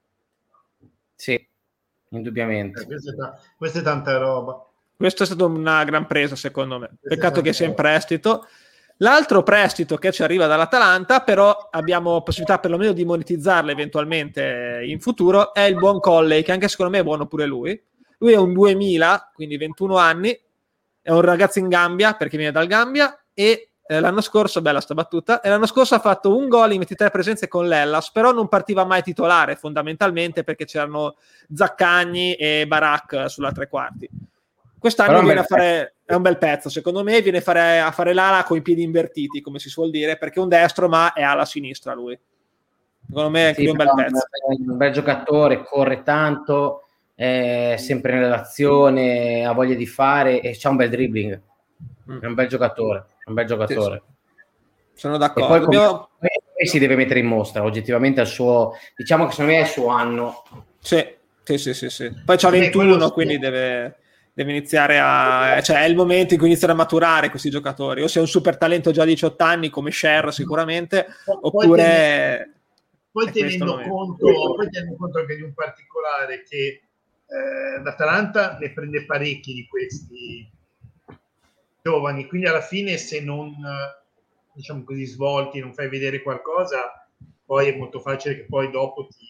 Sì. Indubbiamente. Eh, questa, è ta- questa è tanta roba. Questa è stata una gran presa, secondo me. Peccato che sia in prestito. L'altro prestito che ci arriva dall'Atalanta, però abbiamo possibilità perlomeno di monetizzarlo eventualmente in futuro, è il buon Colley, che anche secondo me è buono pure lui. Lui è un duemila, quindi ventuno anni, è un ragazzo in Gambia, perché viene dal Gambia, e Eh, l'anno scorso, bella sta battuta, e l'anno scorso ha fatto un gol in ventitré presenze con l'Hellas, però non partiva mai titolare fondamentalmente perché c'erano Zaccagni e Barak sulla tre quarti. Quest'anno viene a fare, è un bel pezzo secondo me, viene a fare, a fare l'ala con i piedi invertiti, come si suol dire, perché è un destro ma è ala sinistra lui. Secondo me è sì, un bel pezzo, è un bel giocatore, corre tanto, è sempre in relazione, ha voglia di fare e c'ha un bel dribbling. Mm. È un bel giocatore. Un bel giocatore. Sì, sì. Sono d'accordo. E poi Dobbiamo... come si deve mettere in mostra oggettivamente al suo, diciamo che secondo me è il suo anno. Sì, sì, sì, sì, sì. Poi c'ha ventuno, quindi deve, deve iniziare a, cioè è il momento in cui iniziare a maturare questi giocatori. O se è un super talento già a diciotto anni come Scher sicuramente, poi oppure poi tenendo conto, poi tenendo conto anche di un particolare che eh, l'Atalanta ne prende parecchi di questi giovani, quindi alla fine se non, diciamo così, svolti, non fai vedere qualcosa, poi è molto facile che poi dopo ti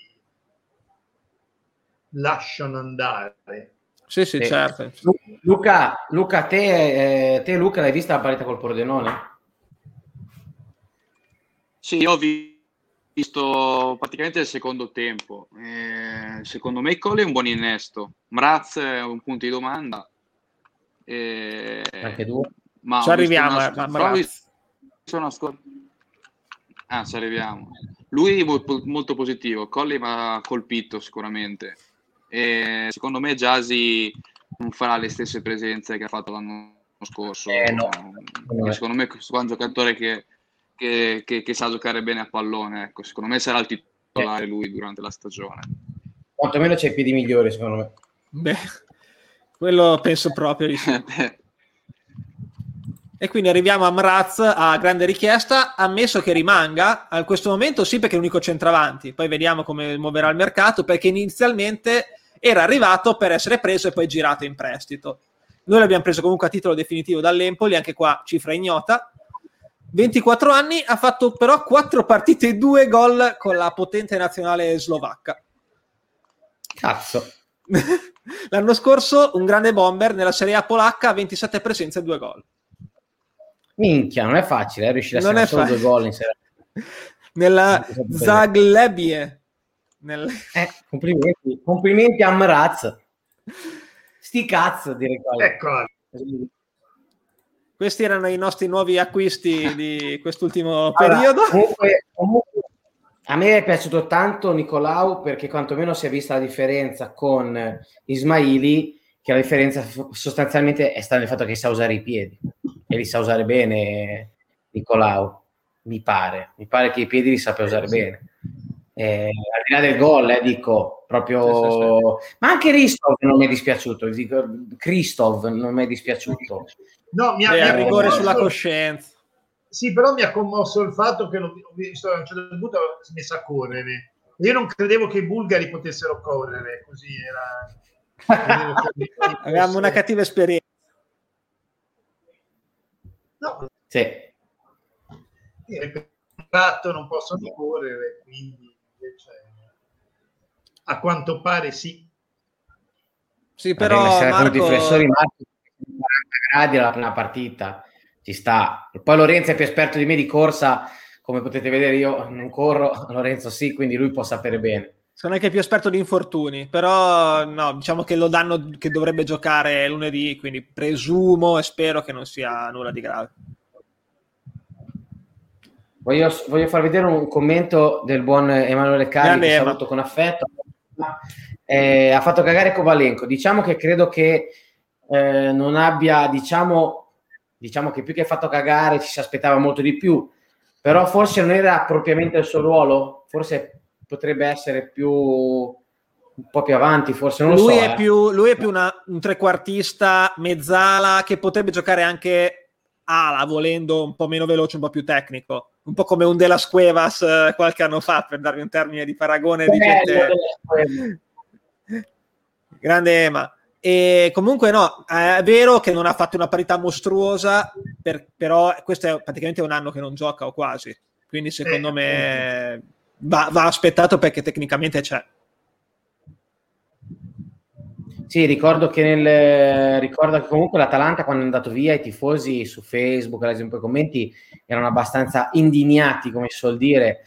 lasciano andare. Sì, sì, sì. Certo. Luca, Luca te, eh, te Luca l'hai vista la partita col Pordenone? Sì, io ho visto praticamente il secondo tempo. Eh, secondo me Cole è un buon innesto, Mraz è un punto di domanda. Eh, anche due, ma ci arriviamo una, eh, ma sono ascol- ah ci arriviamo. Lui è molto, molto positivo, Colli mi ha colpito sicuramente e secondo me Gyasi non farà le stesse presenze che ha fatto l'anno scorso. eh, no. Secondo me è un giocatore che, che, che, che sa giocare bene a pallone, ecco. Secondo me sarà il titolare lui durante la stagione, quantomeno c'è i piedi migliori secondo me. Beh, quello penso proprio di sì. E quindi arriviamo a Mraz a grande richiesta, ammesso che rimanga a questo momento sì, perché è l'unico centravanti, poi vediamo come muoverà il mercato, perché inizialmente era arrivato per essere preso e poi girato in prestito. Noi l'abbiamo preso comunque a titolo definitivo dall'Empoli, anche qua cifra ignota, ventiquattro anni, ha fatto però quattro partite e due gol con la potente nazionale slovacca. Cazzo. L'anno scorso un grande bomber nella Serie A polacca, ventisette presenze e due gol. Minchia, non è facile, eh, riuscire a segnare solo due gol in Serie A. Nella Zaglebie. Nel... Eh, complimenti, complimenti a Mraz. Sti cazzo, direi qua. Ecco. Questi erano i nostri nuovi acquisti di quest'ultimo periodo. Allora, comunque, comunque, a me è piaciuto tanto Nicolau perché quantomeno si è vista la differenza con Ismaili, che la differenza sostanzialmente è stata nel fatto che sa usare i piedi e li sa usare bene Nicolau, mi pare, mi pare che i piedi li sappia usare bene. Eh, al di là del gol, eh, dico proprio, sì, sì, sì. Ma anche Ristov non mi è dispiaciuto, dico, Kristov non mi è dispiaciuto. No, mi ha, mi ha rigore commosso, sulla coscienza. Sì, però mi ha commosso il fatto che l'ho visto a un certo punto ha smesso a correre. Io non credevo che i bulgari potessero correre, così era. Avevamo una cattiva esperienza. No. Sì. il contratto non possono correre, quindi invece, a quanto pare sì. Sì, però Marco... i riflessori quaranta gradi alla prima partita, ci sta. E poi Lorenzo è più esperto di me di corsa, come potete vedere io non corro, Lorenzo sì, quindi lui può sapere bene. Sono anche più esperto di infortuni, però no, diciamo che lo danno che dovrebbe giocare lunedì, quindi presumo e spero che non sia nulla di grave. Voglio, voglio far vedere un commento del buon Emanuele Carli, che saluto con affetto. Eh, ha fatto cagare Kovalenko. Diciamo che credo che eh, non abbia, diciamo, diciamo che più che fatto cagare ci si aspettava molto di più, però forse non era propriamente il suo ruolo, forse potrebbe essere più un po' più avanti, forse non lo lui so. È eh. più, lui è più una, un trequartista mezzala che potrebbe giocare anche ala, volendo, un po' meno veloce, un po' più tecnico, un po' come un De Las Cuevas eh, qualche anno fa, per darvi un termine di paragone di gente... Grande Ema. E comunque no, è vero che non ha fatto una parità mostruosa, per, però questo è praticamente un anno che non gioca o quasi, quindi secondo eh, me va, va aspettato perché tecnicamente c'è. Sì, ricordo che nel ricordo che comunque l'Atalanta, quando è andato via, i tifosi su Facebook, ad esempio i commenti, erano abbastanza indignati, come si suol dire,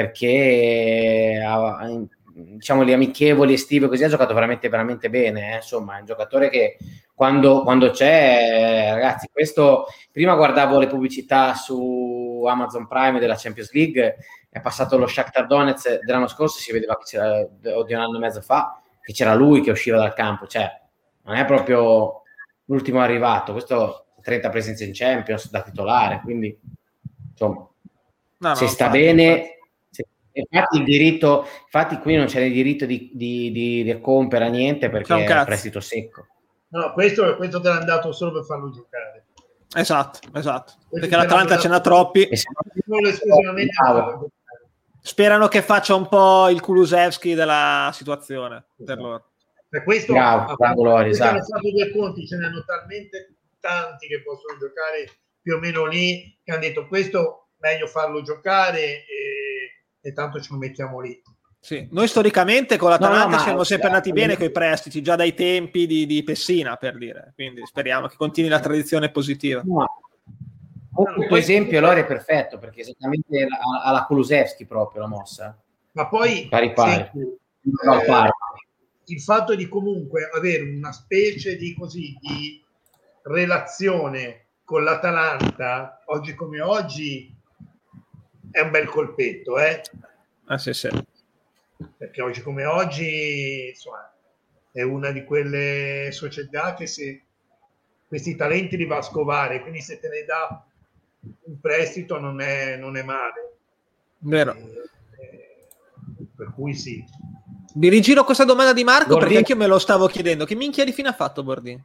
perché diciamo le amichevoli estive così ha giocato veramente veramente bene, eh? Insomma è un giocatore che quando, quando c'è, ragazzi, questo prima guardavo le pubblicità su Amazon Prime della Champions League, è passato lo Shakhtar Donetsk dell'anno scorso, si vedeva che c'era, o di un anno e mezzo fa, che c'era lui che usciva dal campo, cioè non è proprio l'ultimo arrivato, questo trenta presenze in Champions da titolare, quindi insomma no, se no, sta infatti, bene se, infatti il diritto infatti qui non c'è il diritto di, di, di, di compiere niente perché è prestito secco. No, questo, questo te l'hanno dato solo per farlo giocare. Esatto, esatto, questo perché l'Atalanta ce n'ha troppi e esclusivamente sperano che faccia un po' il Kulusevski della situazione per loro. Per questo, bravo, bravo Lori, esatto. Hanno fatto due conti, ce ne hanno talmente tanti che possono giocare più o meno lì, che hanno detto questo meglio farlo giocare e, e tanto ce lo mettiamo lì. Sì. Noi storicamente con l'Atalanta no, no, siamo sempre ma, andati bene con i prestiti, già dai tempi di, di Pessina, per dire, quindi speriamo che continui la tradizione positiva. No. Il tuo esempio, Lori, è perfetto perché esattamente alla Kulusevski proprio la mossa. Ma poi pari pari. Sì, eh, il fatto di comunque avere una specie di così di relazione con l'Atalanta oggi come oggi è un bel colpetto, eh? Ah, sì, sì. Perché oggi come oggi insomma, è una di quelle società che se questi talenti li va a scovare, quindi se te ne dà un prestito non è, non è male. Vero. Eh, eh, per cui sì. Vi rigiro questa domanda di Marco Bordin. Perché anche io me lo stavo chiedendo. Che minchia di fine ha fatto Bordin?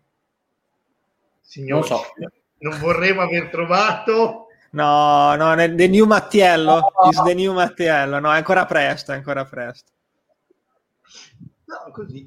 Signor, non so. Non vorremmo aver trovato... No, no, The New Mattiello. No. Is the new Mattiello. No, è ancora presto, è ancora presto. No, così.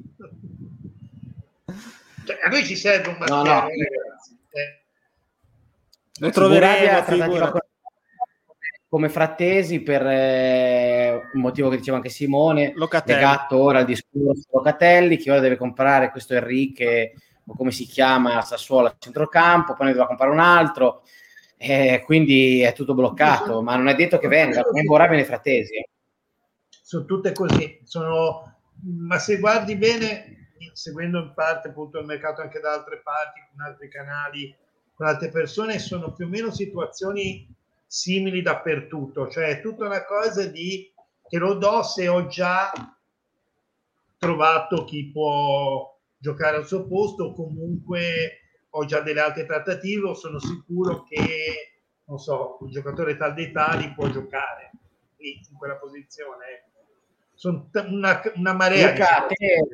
Cioè, a noi ci serve un Mattiello, no, no. ragazzi. Eh. Lo troveremo come Frattesi per eh, un motivo che diceva anche Simone, Locatelli. Legato ora al discorso Locatelli, che ora deve comprare questo Enrique o come si chiama a Sassuolo a centrocampo, poi ne doveva comprare un altro, eh, quindi è tutto bloccato, ma non è detto che venga, come vorrà bene Frattesi. Sono tutte così, sono, ma se guardi bene, seguendo in parte appunto il mercato anche da altre parti, con altri canali, con altre persone, sono più o meno situazioni simili dappertutto, cioè è tutta una cosa di che lo do se ho già trovato chi può giocare al suo posto o comunque ho già delle altre trattative o sono sicuro che non so, un giocatore tal dei tali può giocare lì in quella posizione. Sono una, una marea Luca, di te,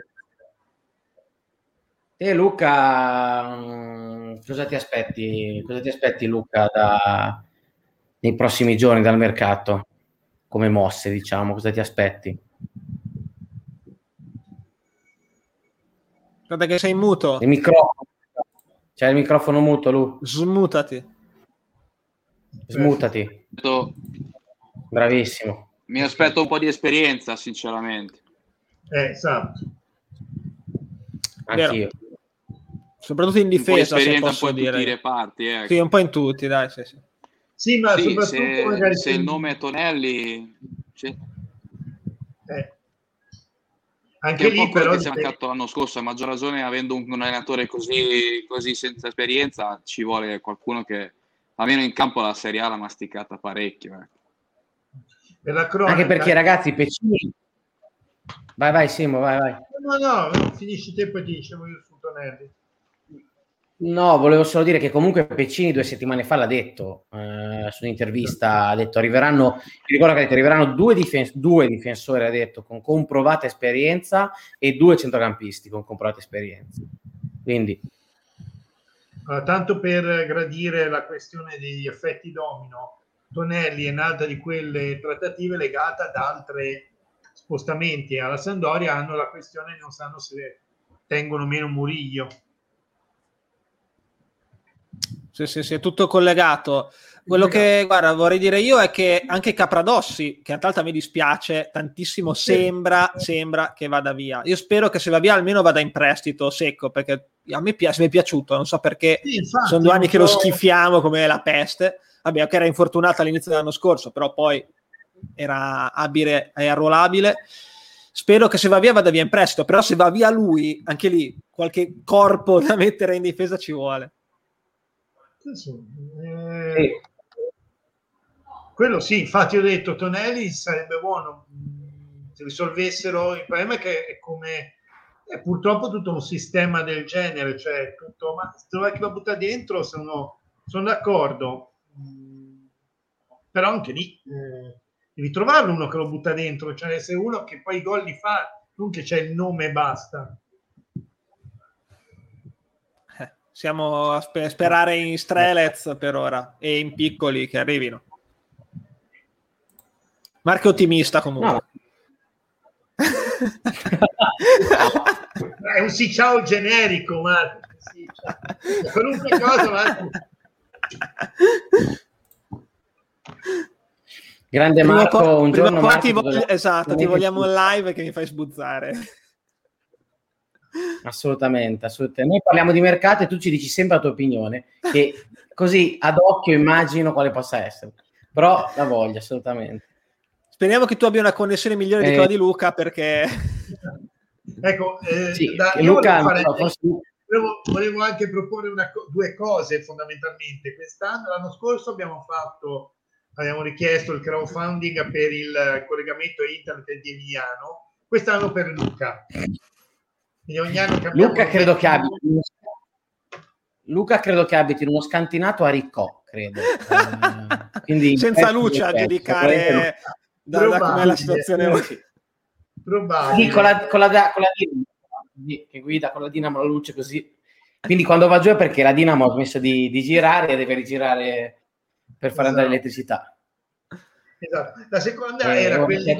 te Luca mh, cosa ti aspetti cosa ti aspetti Luca da nei prossimi giorni dal mercato come mosse, diciamo, cosa ti aspetti? Guarda che sei in muto. Il microfono, c'è il microfono muto, Lu. Smutati. Smutati. Bravissimo. Mi aspetto un po' di esperienza, sinceramente. Eh, esatto. Anch'io. Soprattutto in difesa, se posso un po' in dire. tutti i reparti, ecco. Sì, un po' in tutti, dai, sì, sì. Sì, ma sì, soprattutto se, magari se il nome è Tonelli, sì. eh. Anche Che è lì un po' quello però che ci hanno fatto l'anno scorso, a maggior ragione avendo un, un allenatore così, così senza esperienza, ci vuole qualcuno che almeno in campo la Serie A l'ha masticata parecchio. Eh. Per la cronaca, anche perché ragazzi, Pecini... Vai, vai Simo, vai, vai. No, no, no, finisci te e poi ti dicevo io su Tonelli. No, volevo solo dire che comunque Pecini due settimane fa l'ha detto eh, su un'intervista, ha detto arriveranno, mi ricordo che ha detto arriveranno due, difen- due difensori, ha detto, con comprovata esperienza e due centrocampisti con comprovata esperienza. Quindi allora, tanto per gradire la questione degli effetti domino, Tonelli è nata di quelle trattative legate ad altri spostamenti alla Sampdoria, hanno la questione, non sanno se tengono meno Murillo. Sì, sì, sì, è tutto collegato. Quello che, guarda, vorrei dire io è che anche Capradossi, che in realtà mi dispiace tantissimo, sembra, sembra che vada via. Io spero che se va via almeno vada in prestito secco, perché a me piace, mi è piaciuto, non so perché, sì, infatti, sono due anni che lo schifiamo come la peste. Vabbè, che era infortunato all'inizio dell'anno scorso, però poi era abile e arruolabile. Spero che se va via vada via in prestito, però se va via lui, anche lì, qualche corpo da mettere in difesa ci vuole. Eh, sì. Quello sì, infatti ho detto Tonelli sarebbe buono se risolvessero il problema, è che è come è purtroppo tutto un sistema del genere, cioè tutto, ma se lo va buttare dentro sono, sono d'accordo, però anche lì eh, devi trovarlo uno che lo butta dentro, cioè se uno che poi i gol li fa, non che c'è il nome e basta. Siamo a sper- sperare in Strelez per ora e in piccoli che arrivino. Marco ottimista comunque. No. È un sì ciao generico, Marco. Sì, ciao. Qualunque cosa, Marco. Grande Marco, prima, un giorno prima Marco, ti voglio, esatto, ti vogliamo in live che mi fai sbuzzare. Assolutamente, assolutamente. Noi parliamo di mercato e tu ci dici sempre la tua opinione, che così ad occhio immagino quale possa essere, però la voglio assolutamente. Speriamo che tu abbia una connessione migliore eh, di quella di Luca, perché ecco, eh, sì, da, io Luca, volevo, fare, no, forse... volevo, volevo anche proporre una, due cose fondamentalmente. Quest'anno, l'anno scorso abbiamo fatto, abbiamo richiesto il crowdfunding per il collegamento internet di Emiliano, quest'anno per Luca. Ogni anno Luca credo che abiti Luca credo che abiti in uno scantinato a Riccò, credo. Uh, quindi senza luce a giudicare da, da com'è la situazione oggi. Probabile. Sì, con la, con la, con la Dinamo che guida con la Dinamo la luce così. Quindi quando va giù è perché la Dinamo ha smesso di, di girare e deve rigirare per far esatto. andare l'elettricità. Esatto. La seconda eh, era quella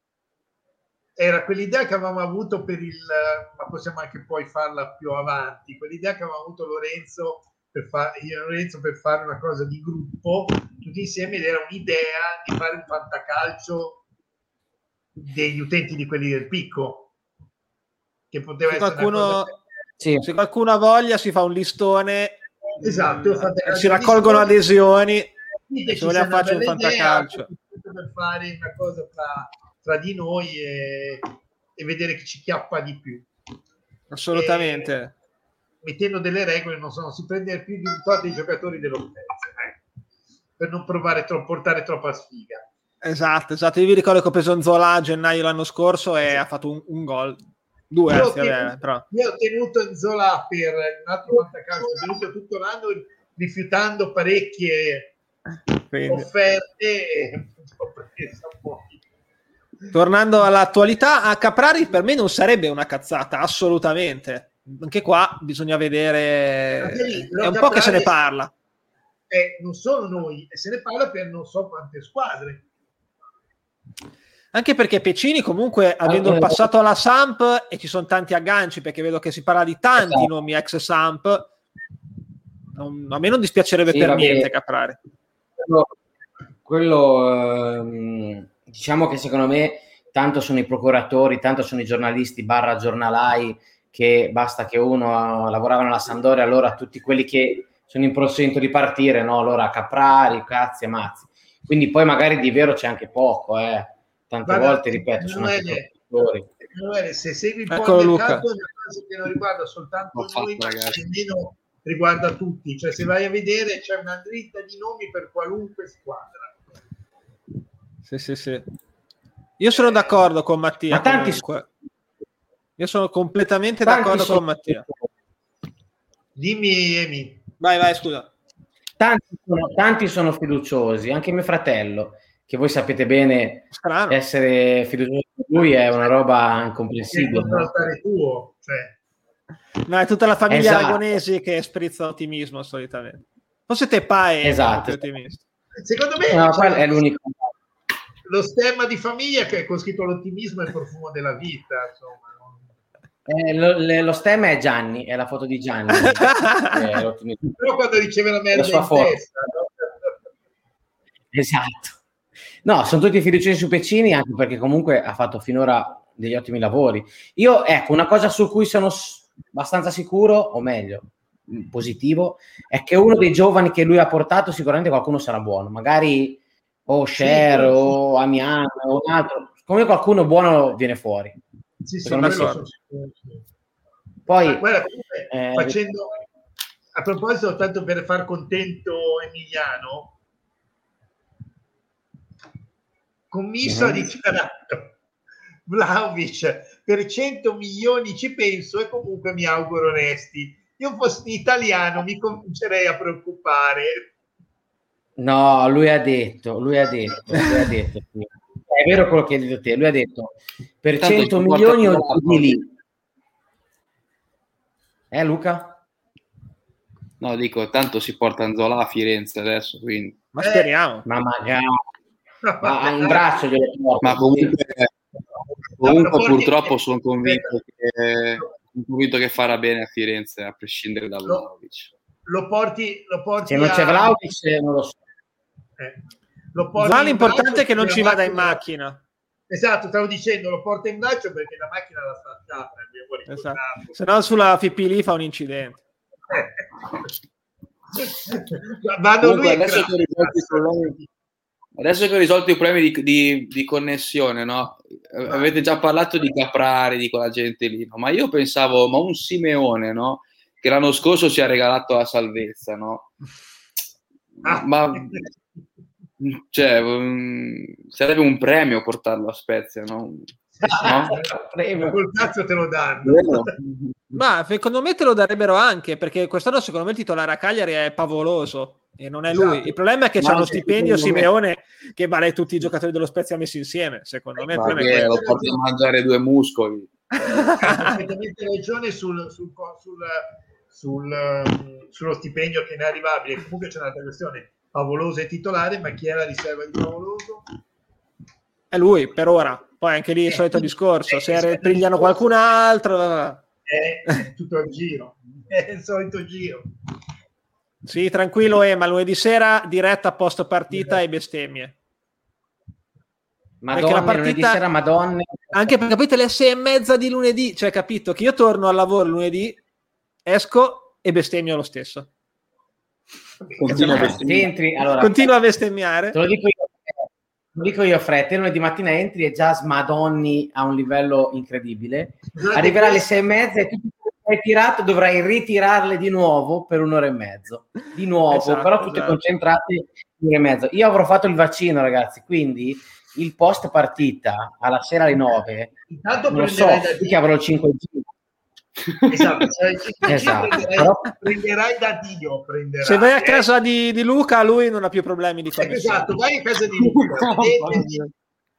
era quell'idea che avevamo avuto per il, ma possiamo anche poi farla più avanti, quell'idea che aveva avuto Lorenzo per, fa, Lorenzo per fare una cosa di gruppo, tutti insieme, ed era un'idea di fare un fantacalcio degli utenti di quelli del picco, che poteva se essere qualcuno, una cosa... sì. Se qualcuno ha voglia si fa un listone, esatto, mh, si raccolgono listone, adesioni, e se vogliamo fare un fantacalcio. Per fare una cosa tra... tra di noi e, e vedere chi ci chiappa di più. Assolutamente. E, mettendo delle regole, non so, non si prende più di un tot dei giocatori dello stesso, eh, per non provare troppo, portare troppa sfiga. Esatto, esatto. Io vi ricordo che ho preso Nzola a gennaio l'anno scorso e esatto. ha fatto un, un gol. Due, io, anzi, ho tenuto, vabbè, però. io ho tenuto Nzola per un altro fantacalcio, ho tenuto tutto l'anno rifiutando parecchie Quindi. offerte e ho preso un po'. Tornando all'attualità, a Caprari per me non sarebbe una cazzata, assolutamente. Anche qua bisogna vedere, lì, è un Caprari po' che se ne parla. Eh, non solo noi, e se ne parla per non so quante squadre. Anche perché Pecini comunque, avendo il passato alla Samp, e ci sono tanti agganci, perché vedo che si parla di tanti esatto. nomi ex Samp, non, a me non dispiacerebbe sì, per niente Caprari. quello, quello ehm, diciamo che secondo me tanto sono i procuratori, tanto sono i giornalisti barra giornalai, che basta che uno lavorava nella Sampdoria, allora tutti quelli che sono in procinto di partire, no? Allora Caprari, cazzi e mazzi. Quindi poi magari di vero c'è anche poco, eh. Tante Guarda, volte, ripeto, sono anche procuratori. Se segui un po' Eccolo, il Luca. mercato è una cosa che non riguarda soltanto L'ho fatto, noi, ma ragazzi. nemmeno riguarda tutti. Cioè, se vai a vedere, c'è una dritta di nomi per qualunque squadra. Sì, sì, sì. Io sono d'accordo con Mattia. Ma tanti comunque. Io sono completamente Tanti d'accordo sono- con Mattia. Dimmi, Emi. Vai, vai, scusa. Tanti sono, tanti sono fiduciosi, anche mio fratello, che voi sapete bene, Strano. essere fiducioso di lui è una roba Che incomprensibile. contra l'altare tuo. Cioè. No, è tutta la famiglia Esatto. aragonesi che sprizza ottimismo solitamente. Forse te Pae è Esatto. molto ottimista. Secondo me No, cioè, quello è l'unico. lo stemma di famiglia che è con scritto l'ottimismo e il profumo della vita. Insomma. Eh, lo, le- lo stemma è Gianni, è la foto di Gianni. che è l'ottimismo. Però quando riceve la merda La sua in foto. testa, no? Esatto. No, sono tutti fiduciosi su Peccini, anche perché comunque ha fatto finora degli ottimi lavori. Io, ecco, una cosa su cui sono s- abbastanza sicuro, o meglio, mh, positivo, è che uno dei giovani che lui ha portato sicuramente qualcuno sarà buono. Magari o Scher Sì, o Amiano o un altro. Come qualcuno buono viene fuori. Sì, sì, Secondo me quello sì. sono sicuro, sì. Poi, Ma guarda, comunque, eh, facendo a proposito, tanto per far contento Emiliano, commisso Mhm. ha dichiarato Vlahovic per cento milioni ci penso e comunque mi auguro resti. Io fossi italiano mi comincerei a preoccupare. no, lui ha detto, lui ha detto, lui ha detto, sì. È vero quello che hai detto te, lui ha detto per Tanto cento ci porta milioni o Milano. di lì. Eh Luca? No, dico, tanto si porta Nzola a Firenze adesso, quindi. Ma Eh. speriamo. Ma magari, ma in braccio glielo porto. Ma comunque, comunque purtroppo sono convinto Aspetta. che, sono convinto che farà bene a Firenze, a prescindere da Vlahovic. Lo porti, lo porti Se non c'è a... Vlahovic non lo so. Eh. Lo porti Va, in l'importante braccio è che non perché ci la vada in macchina. Esatto, stavo dicendo, lo porta in braccio perché la macchina l'ha saltata. Esatto. Se no sulla F P L fa un incidente. Vanno Comunque, lui e adesso che ho risolto i problemi, adesso che ho risolto i problemi di, di, di connessione, no? Avete già parlato di Caprari, di quella gente lì, no? Ma io pensavo, ma un Simeone, no? Che l'anno scorso ci ha regalato la salvezza, no? Ah. Ma cioè, um, sarebbe un premio portarlo a Spezia, no? No? Col cazzo te lo danno. Ma secondo me te lo darebbero anche, perché quest'anno secondo me il titolare a Cagliari è Pavoloso e non è lui. Esatto. Il problema è che Ma c'è uno anche stipendio secondo me- Simeone che vale tutti i giocatori dello Spezia messi insieme. Secondo me il Ma problema è che quello. lo porti a mangiare due muscoli. Hai completamente ragione sul, sul, sul, sul, sullo stipendio che ne è arrivabile. Comunque c'è un'altra questione. Pavoloso è titolare, ma chi è la riserva di Pavoloso? È lui per ora. Poi anche lì il solito discorso, se pigliano qualcun altro. È, è tutto il giro, è il solito giro. Sì, tranquillo, eh, ma lunedì sera diretta post partita e bestemmie. Madonna, Perché la lunedì partita- sera, Madonna. Anche perché capite le sei e mezza di lunedì, cioè capito che io torno al lavoro lunedì, esco e bestemmio lo stesso. Continua a Se bestemmiare. entri, allora, Continua a bestemmiare. te lo dico io, te lo dico io Fred, te lunedì mattina entri e già smadonni a un livello incredibile. Arriverà alle sei e mezza e tu hai tirato, dovrai ritirarle di nuovo per un'ora e mezzo. Di nuovo, Esatto, però tutte esatto. concentrate un'ora e mezzo. Io avrò fatto il vaccino, ragazzi, quindi il post partita alla sera alle nove Intanto non lo so, prenderai da che avrò il cinque G. esatto, cioè, il cinque G Esatto, prenderai, però- prenderai da Dio. Prenderai, Se vai a eh. casa di, di Luca, lui non ha più problemi di connessione. Esatto, vai a casa di Luca. vedete-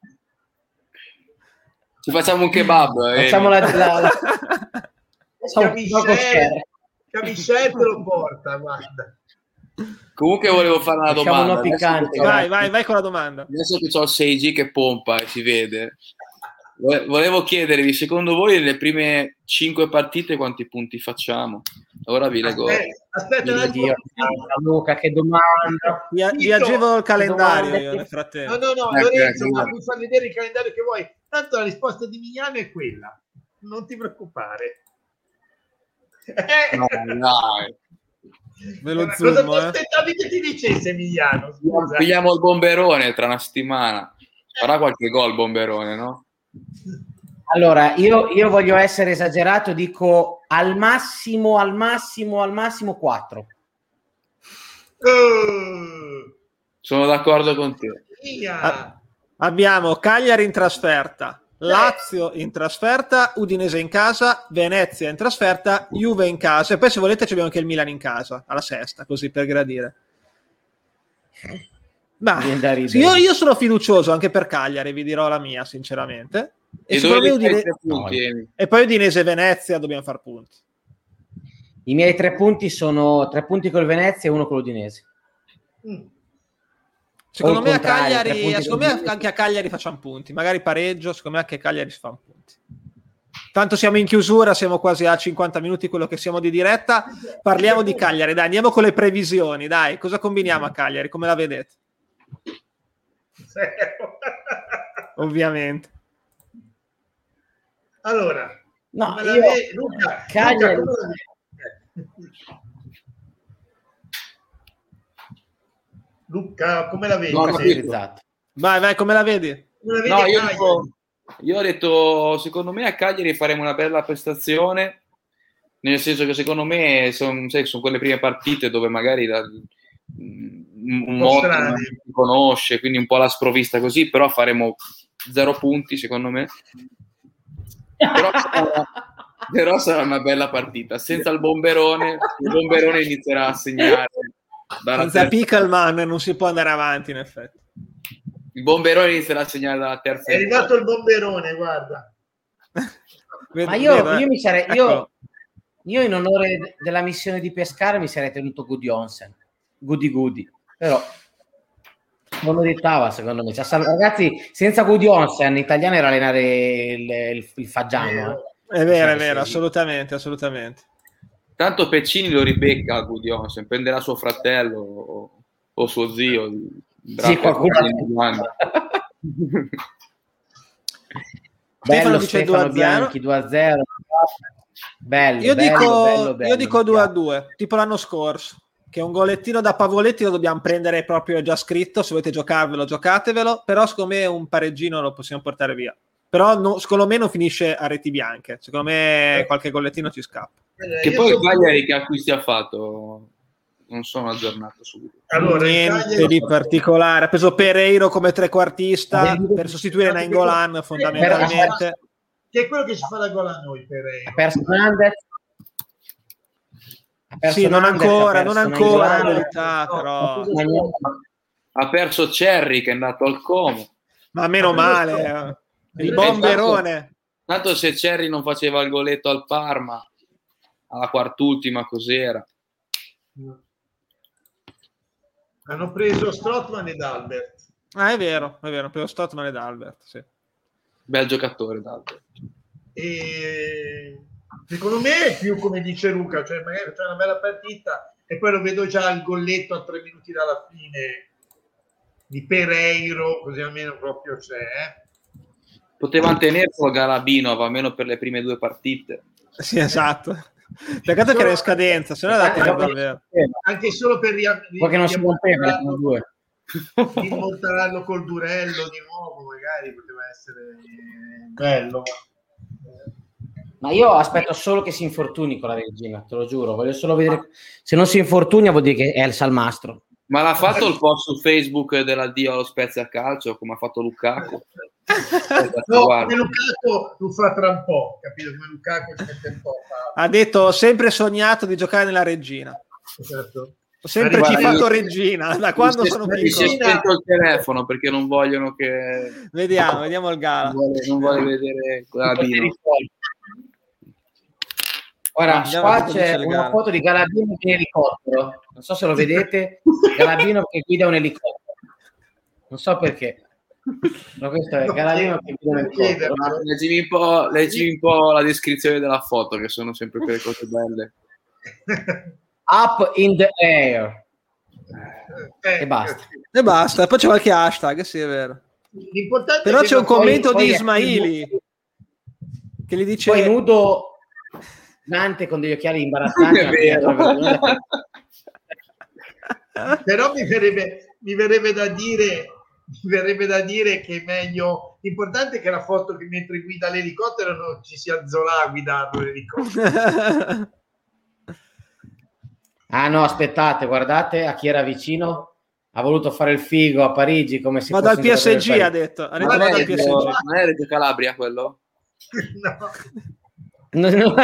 Ci facciamo un kebab. eh. Facciamo la, la, la... facciamo un gioco Camiscel share. Camiscel te lo porta, guarda. Comunque volevo fare una Facciamo domanda. uno Adesso piccante, che- Vai, vai, vai con la domanda. Adesso che ho il sei G che pompa e si vede, vole- volevo chiedervi, secondo voi nelle prime cinque partite quanti punti facciamo? Ora vi leggo. Aspetta, aspetta un attimo. Dio, Luca, che domanda. Vi, vi agevo il calendario io, nel No, frattempo. no, no, Eh, Lorenzo, eh, ma eh. puoi far vedere il calendario che vuoi. Tanto la risposta di Mignano è quella. Non ti preoccupare. Eh, No, dai. Ve lo cosa zoom, ti eh. aspettavi che ti dicesse Mignano? Scusa. Pigliamo il bomberone tra una settimana. Farà qualche gol bomberone, no? Allora, io, io voglio essere esagerato, dico al massimo, al massimo, al massimo quattro. Uh, Sono d'accordo con te. via. Ah, abbiamo Cagliari in trasferta, Lazio in trasferta, Udinese in casa, Venezia in trasferta, Juve in casa e poi se volete ci abbiamo anche il Milan in casa alla sesta, così per gradire. Ma Viene da ridere. sì, io, io sono fiducioso anche per Cagliari, vi dirò la mia sinceramente. E, E secondo dove me li fai Udine- tre punti, Emi? e poi Udinese e Venezia dobbiamo far punti. I miei tre punti sono tre punti col Venezia e uno con l'Udinese. Mm. Secondo O il me, a contrario, tre Cagliari, punti secondo me col- anche a Cagliari facciamo punti, magari pareggio, secondo me anche a Cagliari si fa un punti. Tanto siamo in chiusura, siamo quasi a cinquanta minuti quello che siamo di diretta, parliamo di Cagliari, dai, andiamo con le previsioni, dai, cosa combiniamo a Cagliari, come la vedete? Zero. Ovviamente. Allora, No, come la io vedi, Luca, Cagliari- Luca, come la vedi? Luca, come la vedi? No, no, Sì. Esatto. Vai, vai, come la vedi? Come la vedi No, a io, Cagliari? dico, io ho detto, secondo me a Cagliari faremo una bella prestazione, nel senso che secondo me sono son quelle prime partite dove magari la, un modo strane. non si conosce, quindi un po' la sprovvista così, però faremo zero punti secondo me. Però sarà, però sarà una bella partita. Senza il bomberone, il bomberone inizierà a segnare. Dalla Senza terza, Pickelman non si può andare avanti, in effetti. il bomberone inizierà a segnare dalla terza. È arrivato il bomberone, guarda. Vedo- Ma io, vedo, eh. io mi sarei Eccolo. io, io in onore de- della missione di pescare mi sarei tenuto Gudjonsen, Goody Goody, però non meritava secondo me. Cioè, sal- ragazzi, senza Gudjonsen l'italiano era allenare il, il, il Faggiano. eh. È vero, Cioè, è vero, sì. assolutamente, assolutamente. Tanto Peccini lo ribecca a Gudjonsen, prenderà suo fratello o, o suo zio. Sì, qualcuno Stefano bello dice Stefano due a zero. Bianchi due a zero. Bello, Io bello, dico, bello, bello, io dico mi due a piace. due, tipo l'anno scorso, che un golettino da Pavoletti lo dobbiamo prendere proprio già scritto, se volete giocarvelo giocatevelo, però secondo me un pareggino lo possiamo portare via. Però no, secondo me non finisce a reti bianche, secondo me qualche golettino ci scappa. Eh, Che io poi sono- Cagliari che acquisti ha fatto? Non sono aggiornato subito. Allora, il Niente Cagliari- di particolare, ha preso Pereiro come trequartista per sostituire Nainggolan fondamentalmente. Che è quello che ci fa la gola a noi, Pereira. Ha perso Hernandez. Ha perso Sì, non Hernandez, ancora, ha non perso ancora la Nainggolan. verità, però... Ha perso Cerri che è andato al Como. Ma meno male, eh. il bomberone. Tanto se Cerri non faceva il goletto al Parma, alla quart'ultima cos'era? Hanno preso Strootman ed Albert. Ah, è vero, è vero, per lo Stottman ed Albert, sì. Bel giocatore, D'Albert. E secondo me è più come dice Luca, cioè magari c'è una bella partita e poi lo vedo già il golletto a tre minuti dalla fine di Pereiro, così almeno proprio c'è. Eh? Potevano tenerselo Galabinov almeno per le prime due partite. Sì, esatto. Peccato che era in scadenza, se no era da tenere davvero. Anche solo per ria- Perché non si rompeva, erano due. rimontarlo col durello di nuovo, magari poteva essere bello. Ma io aspetto solo che si infortuni con la regina, te lo giuro. Voglio solo vedere. Se non si infortunia vuol dire che è il salmastro. Ma l'ha fatto il post su Facebook dell'addio allo Spezia Calcio, come ha fatto Lukaku? No, Guarda. come Lukaku lo fa tra un po', capito? Come Lukaku ci mette un po'. Fa... Ha detto, ho sempre sognato di giocare nella regina. Certo. Ho sempre Arriva- tifato regina, da quando sono Mi si è piccolo. spento il telefono perché non vogliono che... Vediamo, vediamo il gara. Non vuole, non vuole vedere Galabino. Ora, Andiamo qua a vedere c'è le una gare. foto di Galabino in elicottero. Non so se lo vedete. Galabino che guida un elicottero. Non so perché. Ma questo è Galabino che guida un elicottero. Ma leggimi un po', leggimi un po' la descrizione della foto, che sono sempre quelle cose belle. Up in the air. Eh, E basta. E basta, poi c'è qualche hashtag, sì è vero. L'importante Però è che c'è un poi- commento poi di è- Ismaili che gli dice Poi nudo Dante con degli occhiali imbarazzanti. È vero. Però mi verrebbe, mi verrebbe da dire mi verrebbe da dire che è meglio, l'importante è che la foto che mentre guida l'elicottero non ci sia Zola a guidarlo l'elicottero. Ah no, aspettate, guardate a chi era vicino. Ha voluto fare il figo a Parigi come si vado al fosse P S giocato G, nel ha Parigi. detto, ha detto Non vado è al P S G. Reggio- non è Reggio Calabria quello? No. No, no.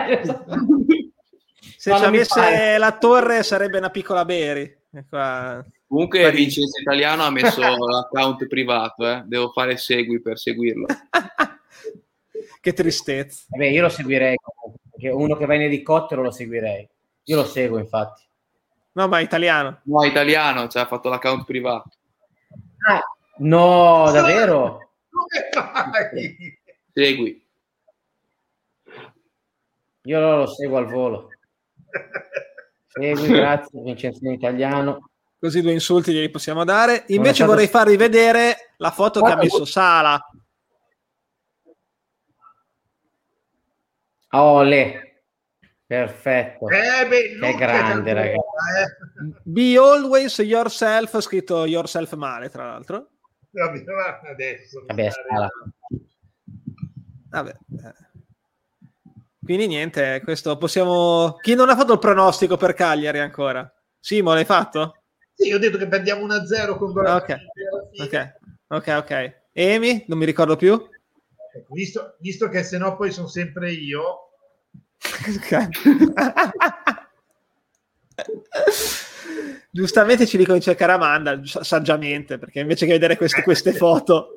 Se No, ci non mi avesse pare. la torre sarebbe una piccola Beri. E qua- Comunque Parigi. Vincenzo Italiano ha messo l'account privato, eh. Devo fare segui per seguirlo. Che tristezza. Vabbè, io lo seguirei comunque, perché uno che va in elicottero lo seguirei. Io lo seguo, infatti. No, ma italiano. No, Italiano, cioè ha fatto l'account privato. Ah, no, davvero? Come fai? Segui. Io lo seguo al volo. Segui, grazie, Vincenzo Italiano. Così due insulti glieli possiamo dare. Invece stato- vorrei farvi vedere la foto che ha messo Sala. Ole, perfetto. Eh, beh, Che grande, allora, ragazzi. eh. Be always yourself, scritto yourself male, tra l'altro. Vabbè, va adesso. Vabbè, Sala. Vabbè. eh. Quindi niente, questo possiamo... Chi non ha fatto il pronostico per Cagliari ancora? Simo, l'hai fatto? Sì, ho detto che perdiamo uno a zero con gol. Ok, ok, ok, ok. Emi, non mi ricordo più. Ecco, visto, visto che se no poi sono sempre io. Ok. Giustamente ci dicono di cercare Amanda, saggiamente, perché invece che vedere queste, queste foto...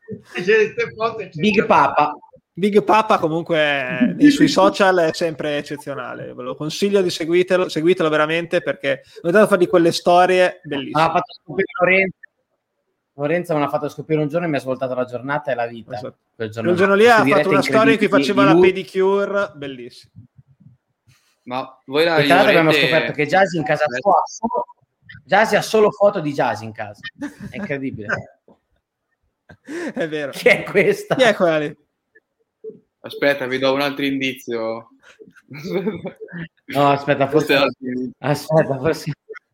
Big Papa. Big Papa comunque eh, sui social è sempre eccezionale, ve lo consiglio di seguitelo, seguitelo veramente perché ho dato a fare di quelle storie bellissime. Ha fatto scoprire Lorenzo. Lorenzo me l'ha fatto scoprire un giorno e mi ha svoltato la giornata e la vita. Esatto. Quel giorno, Quel giorno lì ha fatto una storia in cui faceva la pedicure, bellissima. Ma voi la E tra l'altro abbiamo vorrete- scoperto che Jazzy in casa sua ha solo... Jazzy ha solo foto di Jazzy in casa. È incredibile. È vero. Chi è questa? Chi è quella lì? Aspetta, vi do un altro indizio. No, aspetta, Questo è forse... l'altro indizio. Aspetta, forse...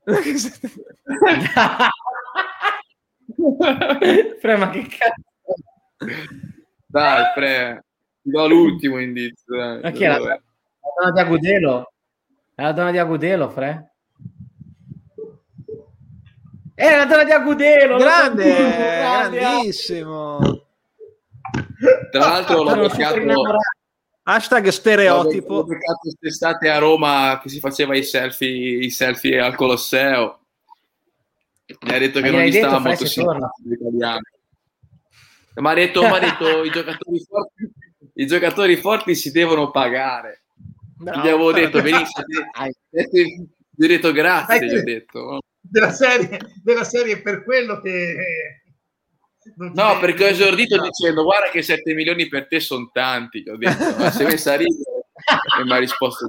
Fre, ma che cazzo? Dai, Fre, ti do l'ultimo indizio. Dai. Ma chi è la, la donna di Agudelo? È la donna di Agudelo, Fre? È la donna di Agudelo! Grande, lo so, grande. grandissimo. Tra l'altro l'ho Sono super beccato, innamorato. Hashtag l'ho stereotipo. beccato quest'estate a Roma che si faceva i selfie, i selfie al Colosseo. Mi ha detto Ma che gli non hai gli detto, stava Fre, molto se torna? simpatico l'italiano. Ma ha detto, m'ha detto i giocatori forti, i giocatori forti si devono pagare. Bravo. Gli avevo detto benissimo, gli ho detto grazie, gli ho detto. Della serie, della serie per quello che non ti No, devi- perché ho esordito dicendo guarda che sette milioni per te sono tanti, gli ho detto, ma sei messa a ridere e mi ha risposto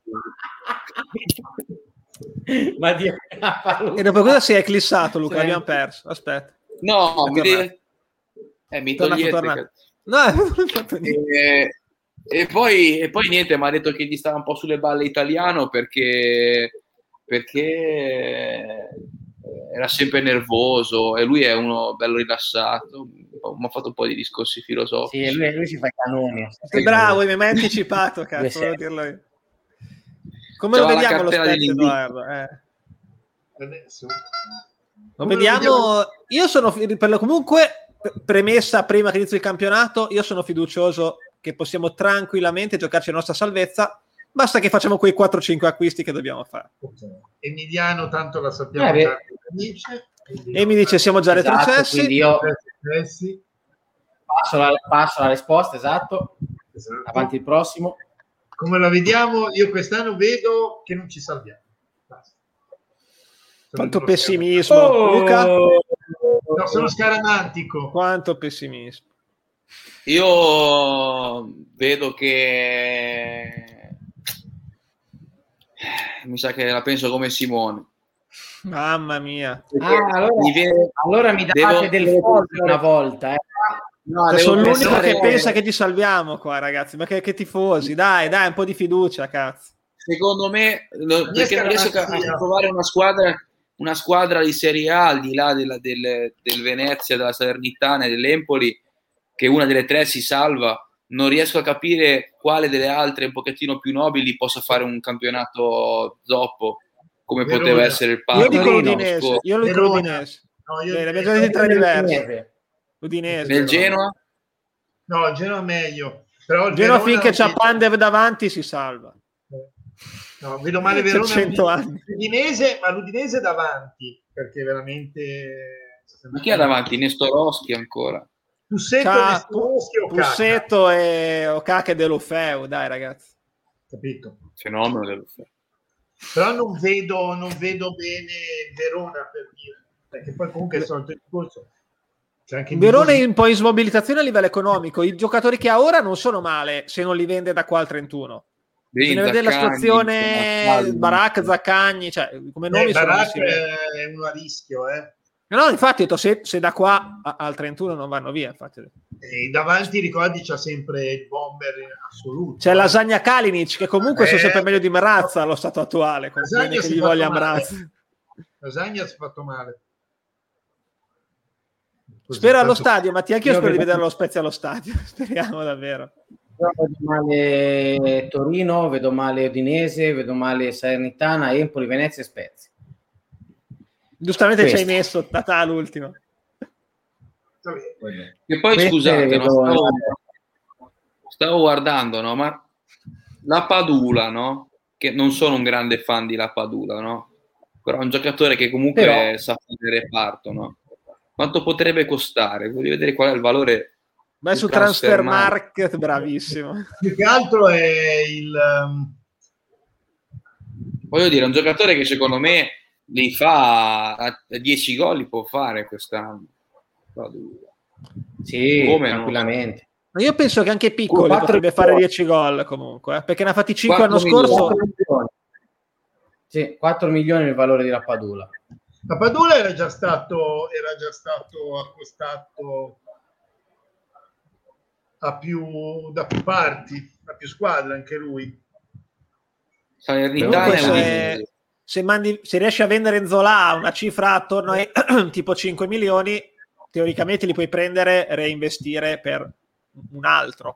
così. Ma Dio, E dopo cosa si è eclissato, Luca? Sì. Abbiamo perso. Aspetta. No, È mi tornato. de- eh, mi Tornato, togliete, tornato. cazzo. No, non ho fatto niente. E, e poi, e poi niente, mi ha detto che gli stava un po' sulle balle italiano perché, perché era sempre nervoso e lui è uno bello rilassato. Mi ha fatto un po' di discorsi filosofici. Sì, lui, lui si fa i canoni. Sei bravo, mi hai mai anticipato, cazzo, Due volevo dirlo io. Come lo C'aveva la vediamo lo cartella spezzo, degli Edoardo? Eh. Adesso. Lo Come lo vediamo. Io sono fi- per lo- comunque premessa prima che inizi il campionato. Io sono fiducioso che possiamo tranquillamente giocarci la nostra salvezza. Basta che facciamo quei quattro cinque acquisti che dobbiamo fare. Emiliano tanto la sappiamo Eh, beh. già che dice. E mi dice siamo già Esatto, retrocessi. quindi io Retrocessi. passo la, passo la risposta, esatto. Esatto. Avanti il prossimo. Come la vediamo, io quest'anno vedo che non ci salviamo. Basta. Sono Quanto uno pessimismo, Oh! Luca. scaramantico. No, sono scaramantico. Quanto pessimismo. Io vedo che mi sa che la penso come Simone. Mamma mia. Ah, allora, mi, viene, allora mi date devo, del foglio una volta. Eh. No, cioè, sono l'unico pensare... che pensa che ti salviamo qua, ragazzi. Ma che, che tifosi, dai, dai, un po' di fiducia, cazzo. Secondo me, no, perché non riesco a, a trovare una squadra, una squadra di Serie A al di là della, del, del Venezia, della Salernitana e dell'Empoli, che una delle tre si salva. Non riesco a capire quale delle altre un pochettino più nobili possa fare un campionato zoppo come Verona. Poteva essere il Parma. Io dico l'Udinese, io lo dico l'Udinese. No, io Bene, abbiamo già detto tre diversi. L'Udinese. Nel Genoa? No, il Genoa è meglio. Però il Genoa finché c'ha Pandev davanti si salva. No, vedo male Verona. cento anni. L'Udinese, ma l'Udinese davanti, perché veramente... Ma chi ha davanti? Nestorowski ancora? Pussetto, Nestorowski o Pussetto e Okaka dell'Ofeu, dai ragazzi. Capito? Fenomeno dell'Ofeu. Però non vedo, non vedo bene Verona, per dire, perché poi comunque è il solito discorso. C'è anche Verona è un po' in smobilitazione a livello economico. I giocatori che ha ora non sono male se non li vende da qua al trentuno. Bisogna vedere la situazione Barak, Zaccagni, cioè come nomi eh, sono Barak è uno a rischio, eh. No, infatti, se, se da qua a, al trentuno non vanno via, infatti. E davanti, ricordi, c'è sempre il bomber assoluto. C'è Lasagna Kalinic, che comunque eh, sono sempre meglio di Marazza allo stato attuale. Con Lasagna che gli voglia Marazza. Lasagna si è fatto male. Così, spero allo stadio, Mattia, anche io spero di vedere lo Spezia allo stadio. Speriamo davvero. Io vedo male Torino, vedo male Udinese, vedo male Salernitana, Empoli, Venezia e Spezia. Giustamente ci hai messo Tata l'ultimo. E poi Queste scusate, no, stavo, stavo guardando, no, ma la Padula, no? Che non sono un grande fan di la Padula, no? Però è un giocatore che comunque Però... sa fare reparto, no? Quanto potrebbe costare? Voglio vedere qual è il valore. Beh, su Transfer Market, bravissimo. Più che altro è il... Um... Voglio dire, un giocatore che secondo me li fa a dieci gol, li può fare quest'anno. Sì, come tranquillamente. No? Ma io penso che anche piccoli potrebbe milioni. Fare dieci gol comunque, eh? Perché ne ha fatti cinque l'anno scorso. Milioni. Sì, quattro milioni il valore di la Padula. La Padula era già stato, era già stato acquistato a più, da più parti, da più squadre anche lui. Salernitana se, se, mandi, se riesci a vendere Zola a una cifra attorno ai tipo cinque milioni, teoricamente li puoi prendere e reinvestire per un altro.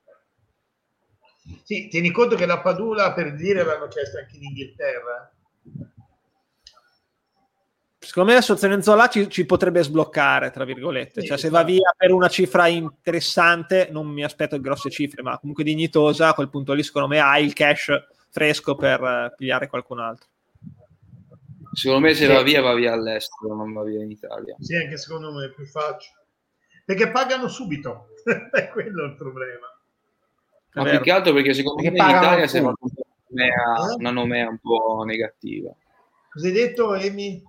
Sì, tieni conto che la Padula, per dire, l'hanno chiesto anche in Inghilterra. Secondo me la situazione Zola ci, ci potrebbe sbloccare, tra virgolette. Cioè, se va via per una cifra interessante, non mi aspetto grosse cifre, ma comunque dignitosa, a quel punto lì secondo me hai il cash fresco per uh, pigliare qualcun altro. Secondo me se sì. va via va via all'estero, non va via in Italia. Sì, anche secondo me è più facile. Perché pagano subito, è quello il problema. Ma più che altro perché secondo perché me in Italia sembra una nomea, una nomea un po' negativa. Cosa hai detto, Emi?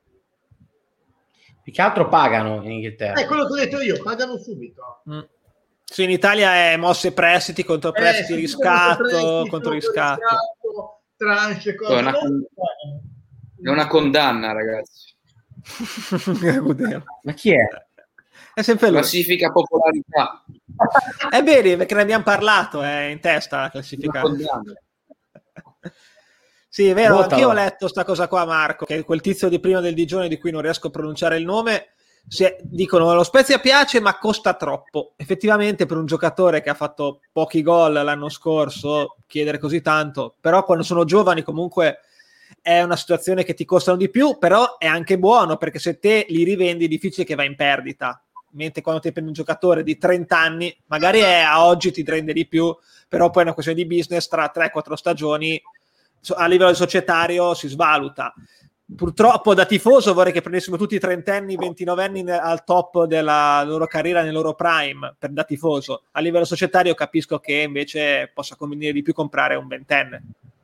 Più che altro pagano in Inghilterra. È eh, quello che ho detto io, pagano subito. Mm. Sì, in Italia è mosse prestiti contro prestiti, eh, riscatto prestiti, contro riscatto. riscatto tranche, cose. È una, è una condanna, ragazzi. Ma chi è? È sempre lui. Classifica popolarità. È bene, perché ne abbiamo parlato, è in testa la classifica. Sì, è vero, anch'io ho letto sta cosa qua, Marco, che quel tizio di prima del Digione di cui non riesco a pronunciare il nome, se, dicono lo Spezia piace ma costa troppo. Effettivamente per un giocatore che ha fatto pochi gol l'anno scorso chiedere così tanto, però quando sono giovani comunque è una situazione che ti costano di più, però è anche buono perché se te li rivendi è difficile che vai in perdita, mentre quando ti prendi un giocatore di trenta anni magari è, a oggi ti rende di più, però poi è una questione di business, tra tre quattro stagioni a livello societario si svaluta. Purtroppo da tifoso vorrei che prendessimo tutti i trentenni, ventinovenni al top della loro carriera, nel loro prime, per da tifoso. A livello societario capisco che invece possa convenire di più comprare un ventenne.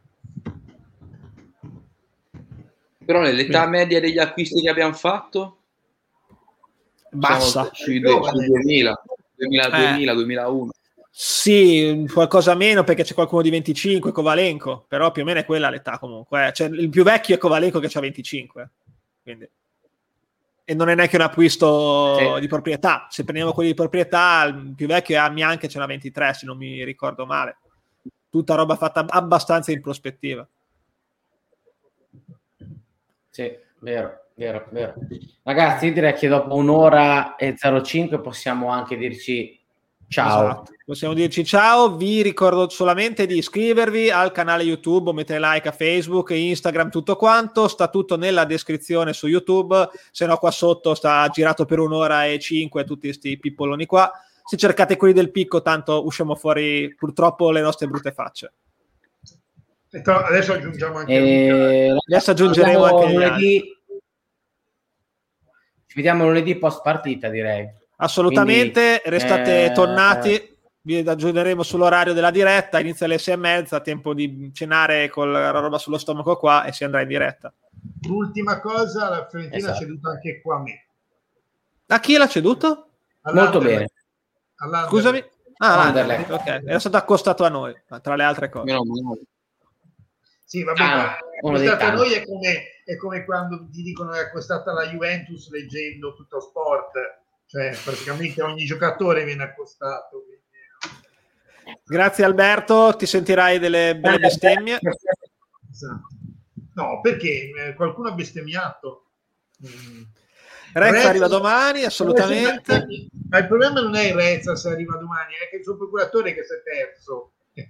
Però nell'età Quindi. media degli acquisti che abbiamo fatto bassa sui, sui duemila, duemila, eh. duemila, duemilauno. Sì, qualcosa meno perché c'è qualcuno di venticinque, Kovalenko, però più o meno è quella l'età comunque. Eh. Cioè, il più vecchio è Kovalenko che ha venticinque, quindi. E non è neanche un acquisto sì. di proprietà. Se prendiamo quelli di proprietà, il più vecchio è Amian che ce n'ha ventitré, se non mi ricordo male. Tutta roba fatta abbastanza in prospettiva. Sì, vero, vero, vero. Ragazzi, io direi che dopo un'ora e zero cinque possiamo anche dirci ciao. Esatto. Possiamo dirci ciao. Vi ricordo solamente di iscrivervi al canale YouTube, mettere like a Facebook, Instagram, tutto quanto. Sta tutto nella descrizione su YouTube. Se no qua sotto sta girato per un'ora e cinque tutti questi pippoloni qua. Se cercate quelli del picco, tanto usciamo fuori purtroppo le nostre brutte facce. Adesso aggiungiamo anche e... adesso aggiungeremo anche lunedì. Ci vediamo lunedì post partita, direi. Assolutamente. Quindi, restate eh... tornati. Vi aggiorneremo sull'orario della diretta. Inizia alle sei e mezza, tempo di cenare con la roba sullo stomaco qua e si andrà in diretta. L'ultima cosa, la Fiorentina esatto. ha ceduto anche qua a me. A chi l'ha ceduto? Molto bene. Scusami. Ah, ok, era stato accostato a noi, tra le altre cose. No, no. Sì, vabbè, ah, accostato a noi è come, è come quando ti dicono che è accostata la Juventus leggendo Tutto Sport, cioè praticamente ogni giocatore viene accostato. Quindi... Grazie Alberto, ti sentirai delle belle bestemmie. Esatto. No, perché qualcuno ha bestemmiato. Mm. Reza, Reza arriva domani, assolutamente. Ma il problema non è il Reza se arriva domani, è che il suo procuratore che si è perso.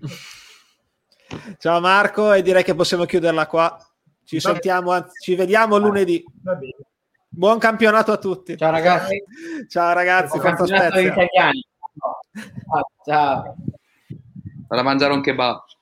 Ciao Marco, e direi che possiamo chiuderla qua. Ci Va sentiamo, bene. Ci vediamo lunedì. Va bene. Buon campionato a tutti. Ciao ragazzi. Ciao ragazzi. Buon campionato italiani. Ciao. Vado a mangiare un kebab.